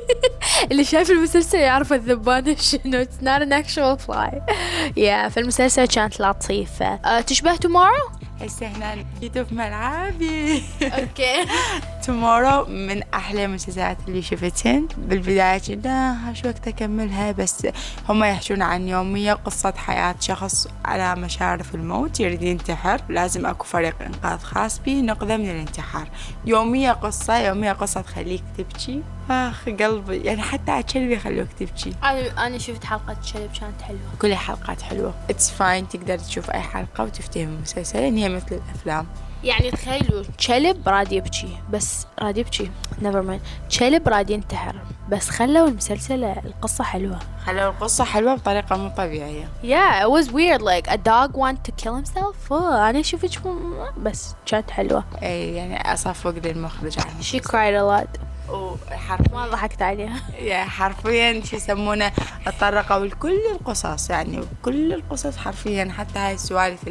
اللي شايف المسلسل يعرف الذبانة شنو. it's not an actual fly. يا yeah, فالمسلسل كانت لطيفة. uh, تشبه تومورو. هسه هنا جيتوا في ملعبي. اوكي. تومورو من احلى المسلسلات اللي شفتهن. بالبدايه كنا شو وقت اكملها، بس هم يحكون عن يوميه قصه حياه شخص على مشارف الموت يريد ينتحر، لازم اكو فريق انقاذ خاص به نقذه من الانتحار. يوميه قصه يوميه قصه تخليك تبكي. اخ قلبي يعني حتى على الكلب يخلوك تبكي. انا انا شفت حلقه كلب كانت حلوه. كل الحلقات حلوه. اتس فاين تقدر تشوف اي حلقه وتفتهم المسلسل، يعني هي مثل الافلام. يعني تخيلوا كلب راد يبكي بس راد يبكي نيفر مايند كلب راد ينتحر بس خلوا المسلسل القصه حلوه، خلوا القصه حلوه بطريقه مو طبيعيه. yeah it was weird like a dog want to kill himself. انا شفت بس كانت حلوه. اي يعني اصفق للمخرج عنه. she cried a lot. وحرفيا ما ضحكت عليها. يا حرفيا شو يسمونه تطرقوا لكل القصص، يعني كل القصص حرفيا، حتى هاي السوالف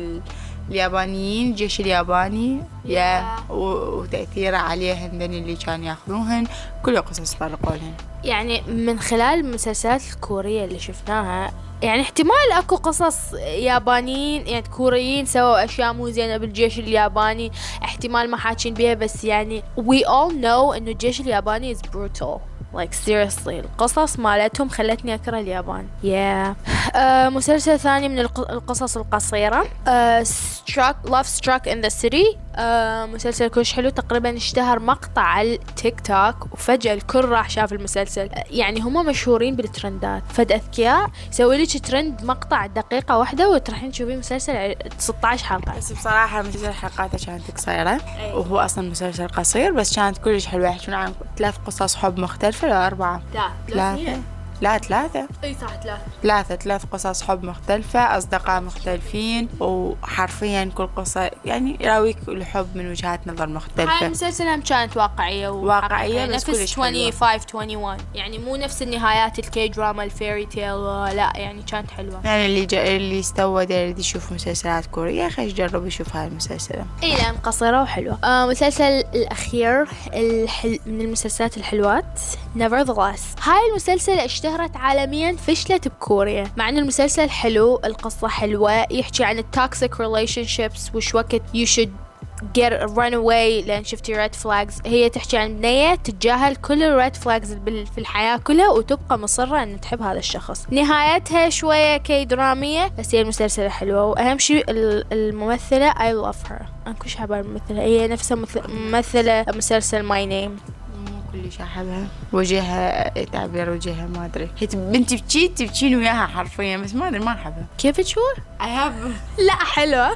اليابانيين الجيش الياباني يا وتأثيره عليهن اللي كانوا ياخذوهن، كل قصص طرقوا لهن. يعني من خلال المسلسلات الكورية اللي شفناها يعني احتمال اكو قصص يابانيين يعني كوريين سووا اشياء مو زينة بالجيش الياباني، احتمال ما حاكين بيها، بس يعني we all know انه الجيش الياباني is brutal like seriously. القصص مالتهم خلتني اكره اليابان. yeah. uh, مسلسل ثاني من القصص القصيرة uh, struck love struck in the city. uh, مسلسل كلش حلو، تقريبا اشتهر مقطع على التيك توك وفجأة الكل راح شاف المسلسل. uh, يعني هم مشهورين بالترندات، فد اذكياء يسوي لك ترند مقطع دقيقة واحدة وتروحين تشوفين مسلسل ستة عشر حلقة. بس بصراحة المسلسل حلقاته كانت قصيرة وهو اصلا مسلسل قصير، بس كانت كلش حلوة. يحكون عن ثلاث قصص حب مختلفة ولا أربعة؟ ثلاثة. لا ثلاثة. اي صح ثلاثة. ثلاثة ثلاث قصص حب مختلفة، أصدقاء مختلفين، وحرفيا كل قصة يعني يراويك الحب من وجهات نظر مختلفة. هاي المسلسل هم كانت واقعية واقعية بس نفس خمسة وعشرين واحد وعشرين، يعني مو نفس النهايات الكي دراما الفيري تيل، لا يعني كانت حلوة. يعني اللي جا اللي استوى يريد يشوف مسلسلات كورية خلينا نجرب يشوف هاي المسلسلة. اي لان قصيرة وحلوة. آه مسلسل الأخير الحل... من المسلسلات الحلوات Nevertheless. هاي المسلسل اشتهرت عالميا، فشلت بكوريا، مع ان المسلسل حلو، القصة حلوة، يحكي عن التوكسيك relationships وش وقت you should get run away لان شفتي red flags. هي تحكي عن بنية تتجاهل كل الريد فلاجز في الحياة كلها وتبقى مصرة ان تحب هذا الشخص. نهايتها شوية كي درامية بس هي المسلسلة حلوة، واهم شيء الممثلة I love her. انا كلش حابة الممثلة، هي نفسها ممثلة مسلسل my name. كلش احبها، وجهها تعبير وجهها ما ادري، هي بنتي بتشي تبكين وياها حرفيا، بس ما ادري ما احبها. كيف شو؟ I have لا حلوة.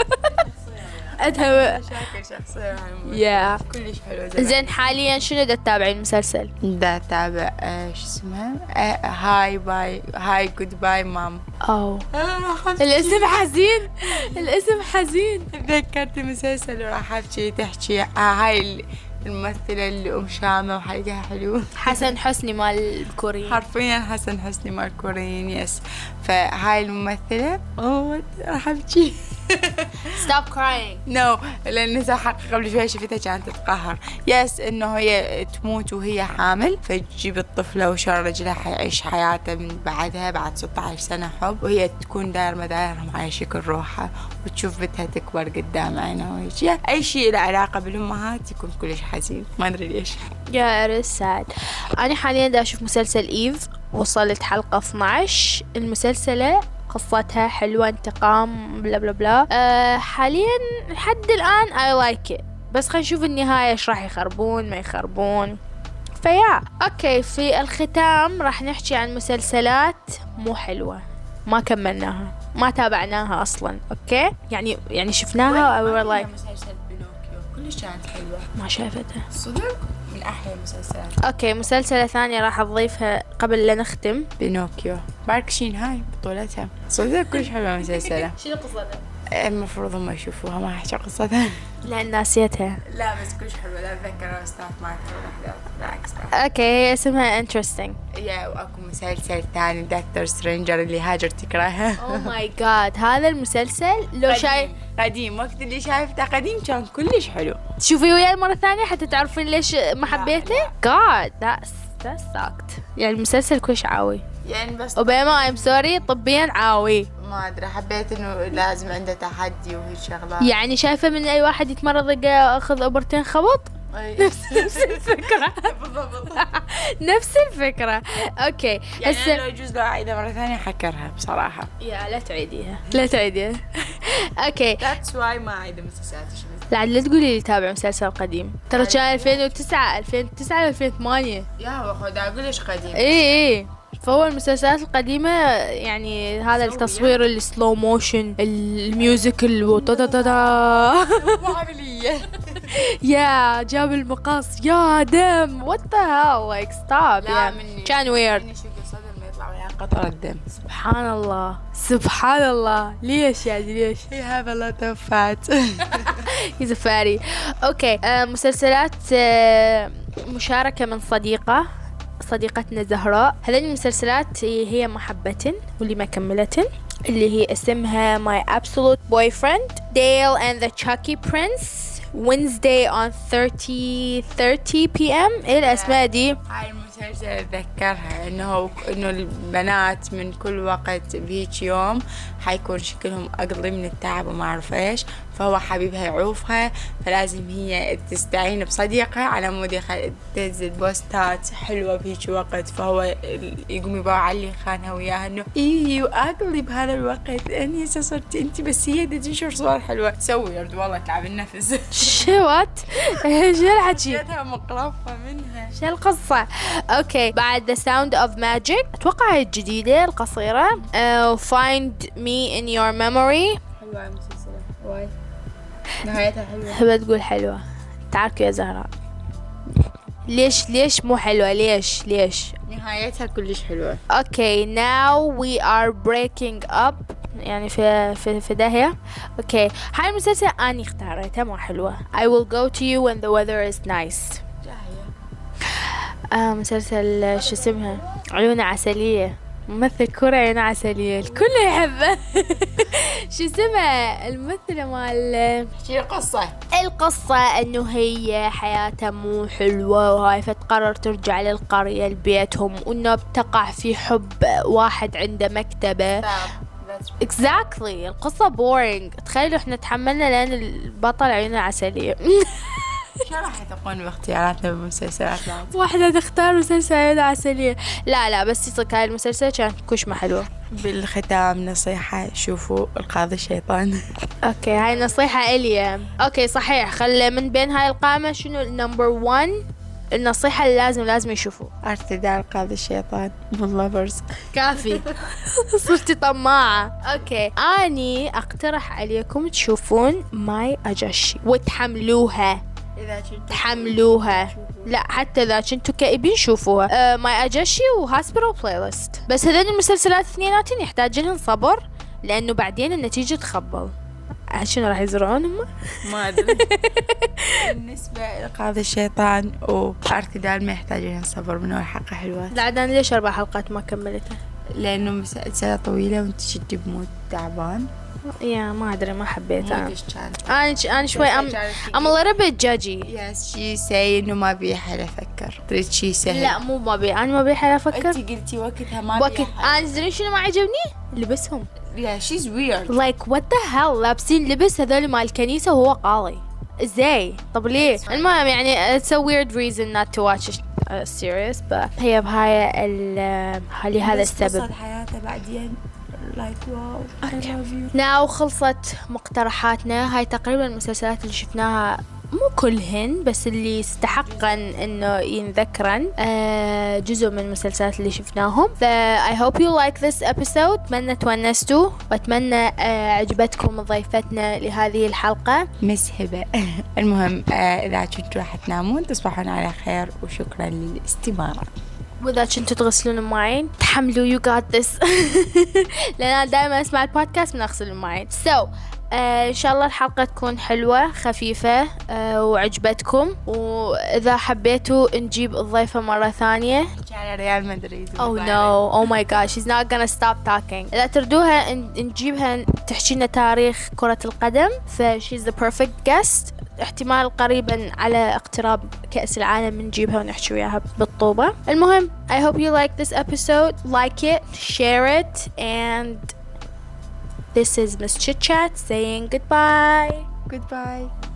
أدها شاكر شخصية يا كلش حلوة. زين حاليا شنو دا تتابعين المسلسل؟ دا اتابع ايش اسمها هاي باي هاي جود باي مام. اوه الاسم حزين، الاسم حزين. تذكرت مسلسل وراح احكي تحكي هاي الممثلة اللي أم شامة وحلقها حلو، حسن حسني مال الكوريين، حرفيا حسن حسني مال الكوريين يس. فهاي الممثلة اوه راح ابكي. stop crying. no لأن حق قبل شوي شفتها كانت تتقهر يس انه هي تموت وهي حامل، فتجيب الطفلة وشار رجلها حيعيش حياته من بعدها بعد ستة عشر سنة حب، وهي تكون داير مدايرهم على شكل روحها، وتشوف بنتها تكبر قدام عينها وهيك. اي شيء له علاقة بالامهات يكون كلش حزين، ما ادري ليش. يا it is sad. انا حاليا دا اشوف مسلسل ايف، وصلت حلقة اثناشر. المسلسلة قصتها حلوة، انتقام بلا بلا بلا. أه حاليا لحد الآن I like it، بس خلينا نشوف النهاية ايش راح يخربون ما يخربون. فيا اوكي في الختام راح نحكي عن مسلسلات مو حلوة ما كملناها ما تابعناها اصلا. اوكي يعني يعني شفناها و like مسلسل بينوكيو كلش كانت حلوة، ما شافتها صدق من احلى المسلسلات. اوكي مسلسلة ثانية راح اضيفها قبل لا نختم، بينوكيو باركشين هاي بطولتها، صدق كلش حلوة مسلسلة. شنو قصتها؟ المفروض هم يشوفوها، ما احكي قصتها لان ناسيتها. لا بس كلش حلوة، لا اتذكر ستاف مالتها ولا بالعكس. اوكي هي اسمها interesting. يا واكو مسلسل ثاني دكتور سترينجر اللي هاجر تكرهها. اوه ماي جاد هذا المسلسل لو شايف قديم، وقت اللي شايفته قديم كان كلش حلو. تشوفي وياي مرة ثانية حتى تعرفين ليش ما حبيته. God that's that sucked. يعني المسلسل كلش عاوي يعني بس وبينما I'm sorry طبيا عاوي، ما ادري حبيت انه لازم عنده تحدي وهي شغلات. يعني شايفة من اي واحد يتمرض اخذ ابرتين خبط. نفس نفس الفكرة. نفس الفكرة. اوكي يعني هسه لو يجوز لو اعيدها مرة ثانية حكرها بصراحة. يا لا تعيديها لا تعيديها. اوكي That's why ما اعيد مسلسلات. لا لا تقولي لي تابع مسلسل قديم، ترى كان ألفين وتسعة ألفين وتسعة ألفين وثمانية. يا واخد اقول ايش قديم. اي اي فهو المسلسلات القديمة يعني هذا التصوير السلو موشن الميوزيكال وطا عملية. يا جاب المقص يا دم what the hell like stop. لا يا مني كان ويرد. مني شوف صدر ما يطلع ويا قطر الدم. سبحان الله سبحان الله ليش يعني ليش. He have a lot of fat. he's a fatty. اوكي آه مسلسلات آه مشاركة من صديقة صديقتنا زهراء. هذه المسلسلات هي محبة واللي ما كملتن، اللي هي اسمها My Absolute Boyfriend, Dale and the Chucky Prince, Wednesday on thirty thirty بي إم. ايه الاسماء دي؟ هاي المسلسل اتذكرها انه انه البنات من كل وقت بهيك يوم حيكون شكلهم اقل من التعب وما اعرف ايش، فهو حبيبها يعوفها، فلازم هي تستعين بصديقها على مود تنزل بوستات حلوة بهيك وقت، فهو يقوم يباوع اللي خانها وياها انه ايه واقلي بهذا الوقت اني هسه صرت انت، بس هي بدها تنشر صور حلوة. سوي يرد والله تلعب النفس. شوات شو الحكي؟ جاتها مقرفة منها. شو القصة؟ اوكي بعد The Sound of Magic اتوقع هي الجديدة القصيرة. uh, Find Me in Your Memory. حلوة المسلسلة وايد، نهايتها حلوة. هبة تقول حلوة. تعالوا يا زهراء. ليش ليش مو حلوة؟ ليش ليش نهايتها كلش حلوة. Okay, now we are breaking up. يعني في في في داهية. Okay, هاي المسلسل أنا اختاريتها مو حلوة. I will go to you when the weather is nice. آه مسلسل شو اسمها؟ عيون عسلية. ممثل كوري عيون عسلية الكل يحبه. شو اسمها الممثلة مال شي القصة؟ القصة انه هي حياتها مو حلوة وهاي فتقرر ترجع للقرية لبيتهم وانه بتقع في حب واحد عنده مكتبة. exactly القصة boring. تخيلوا احنا تحملنا لان البطل عيونه عسلية. شو راح تكون باختياراتنا بالمسلسلات؟ واحدة تختار مسلسل عيونه عسلية. لا لا بس يصير هاي المسلسل كانت كوش ما حلوة. بالختام نصيحة شوفوا القاضي الشيطان. اوكي هاي نصيحة إلي. اوكي صحيح خلي من بين هاي القائمة شنو النمبر وان النصيحة اللي لازم لازم يشوفوا؟ ارتداء القاضي الشيطان باللافرز. كافي. صرتي طماعة. اوكي اني اقترح عليكم تشوفون ماي اجاشي وتحملوها. اذا كنتوا تحملوها لا حتى اذا كنتوا كئيبين شوفوها. ماي اجاشي وهاسبيتال بلاي ليست. بس هذين المسلسلات اثنيناتين يحتاج لهم صبر لانه بعدين النتيجة تخبل. شنو راح يزرعون هم؟ ما ادري. بالنسبة لقاضي الشيطان وارتدال ما يحتاج لهم صبر من اول حلقة حلوة. لا انا ليش اربع حلقات ما كملتها؟ لانه مسلسلة طويلة وانت شدي بمود تعبان. يا ما ادري ما حبيتها. مودش كان. انا انا شوي ام ام a little bit judgy. يس شي سي انه ما بي حل افكر. تريد شي سهل. لا مو ما بي انا ما بي حل افكر. انت قلتي وقتها ما وقت بي انا تدرين شنو ما عجبني؟ لبسهم. Yeah, she's weird. like what the hell لابسين لبس هذول مال الكنيسة وهو قاضي. ازاي؟ طب ليه؟ المهم يعني it's a weird reason not to watch a series but هي بهاي ال لهذا السبب. قصة حياته بعدين like wow I love you. ناو خلصت مقترحاتنا. هاي تقريبا المسلسلات اللي شفناها مو كلهن بس اللي يستحقن انه ينذكرن آه جزء من المسلسلات اللي شفناهم. ف I hope you like this episode. اتمنى تونستوا واتمنى آه عجبتكم ضيفتنا لهذه الحلقة مس هبة. المهم آه اذا كنتوا راح تنامون تصبحون على خير وشكرا للاستماع. وإذا كنتوا تغسلون المواعين تحملوا you got this. لأن أنا دائما أسمع البودكاست من أغسل المواعين. so آه إن شاء الله الحلقة تكون حلوة خفيفة آه وعجبتكم. وإذا حبيتوا نجيب الضيفة مرة ثانية على ريال مدريد. oh no oh my god she's not gonna stop talking. إذا تردوها نجيبها تحكي لنا تاريخ كرة القدم ف she's the perfect guest. احتمال قريبا على اقتراب كأس العالم نجيبها ونحكي وياها بالطوبة. المهم I hope you like this episode. Like it, share it, and this is Miss Chit Chat saying goodbye. Goodbye.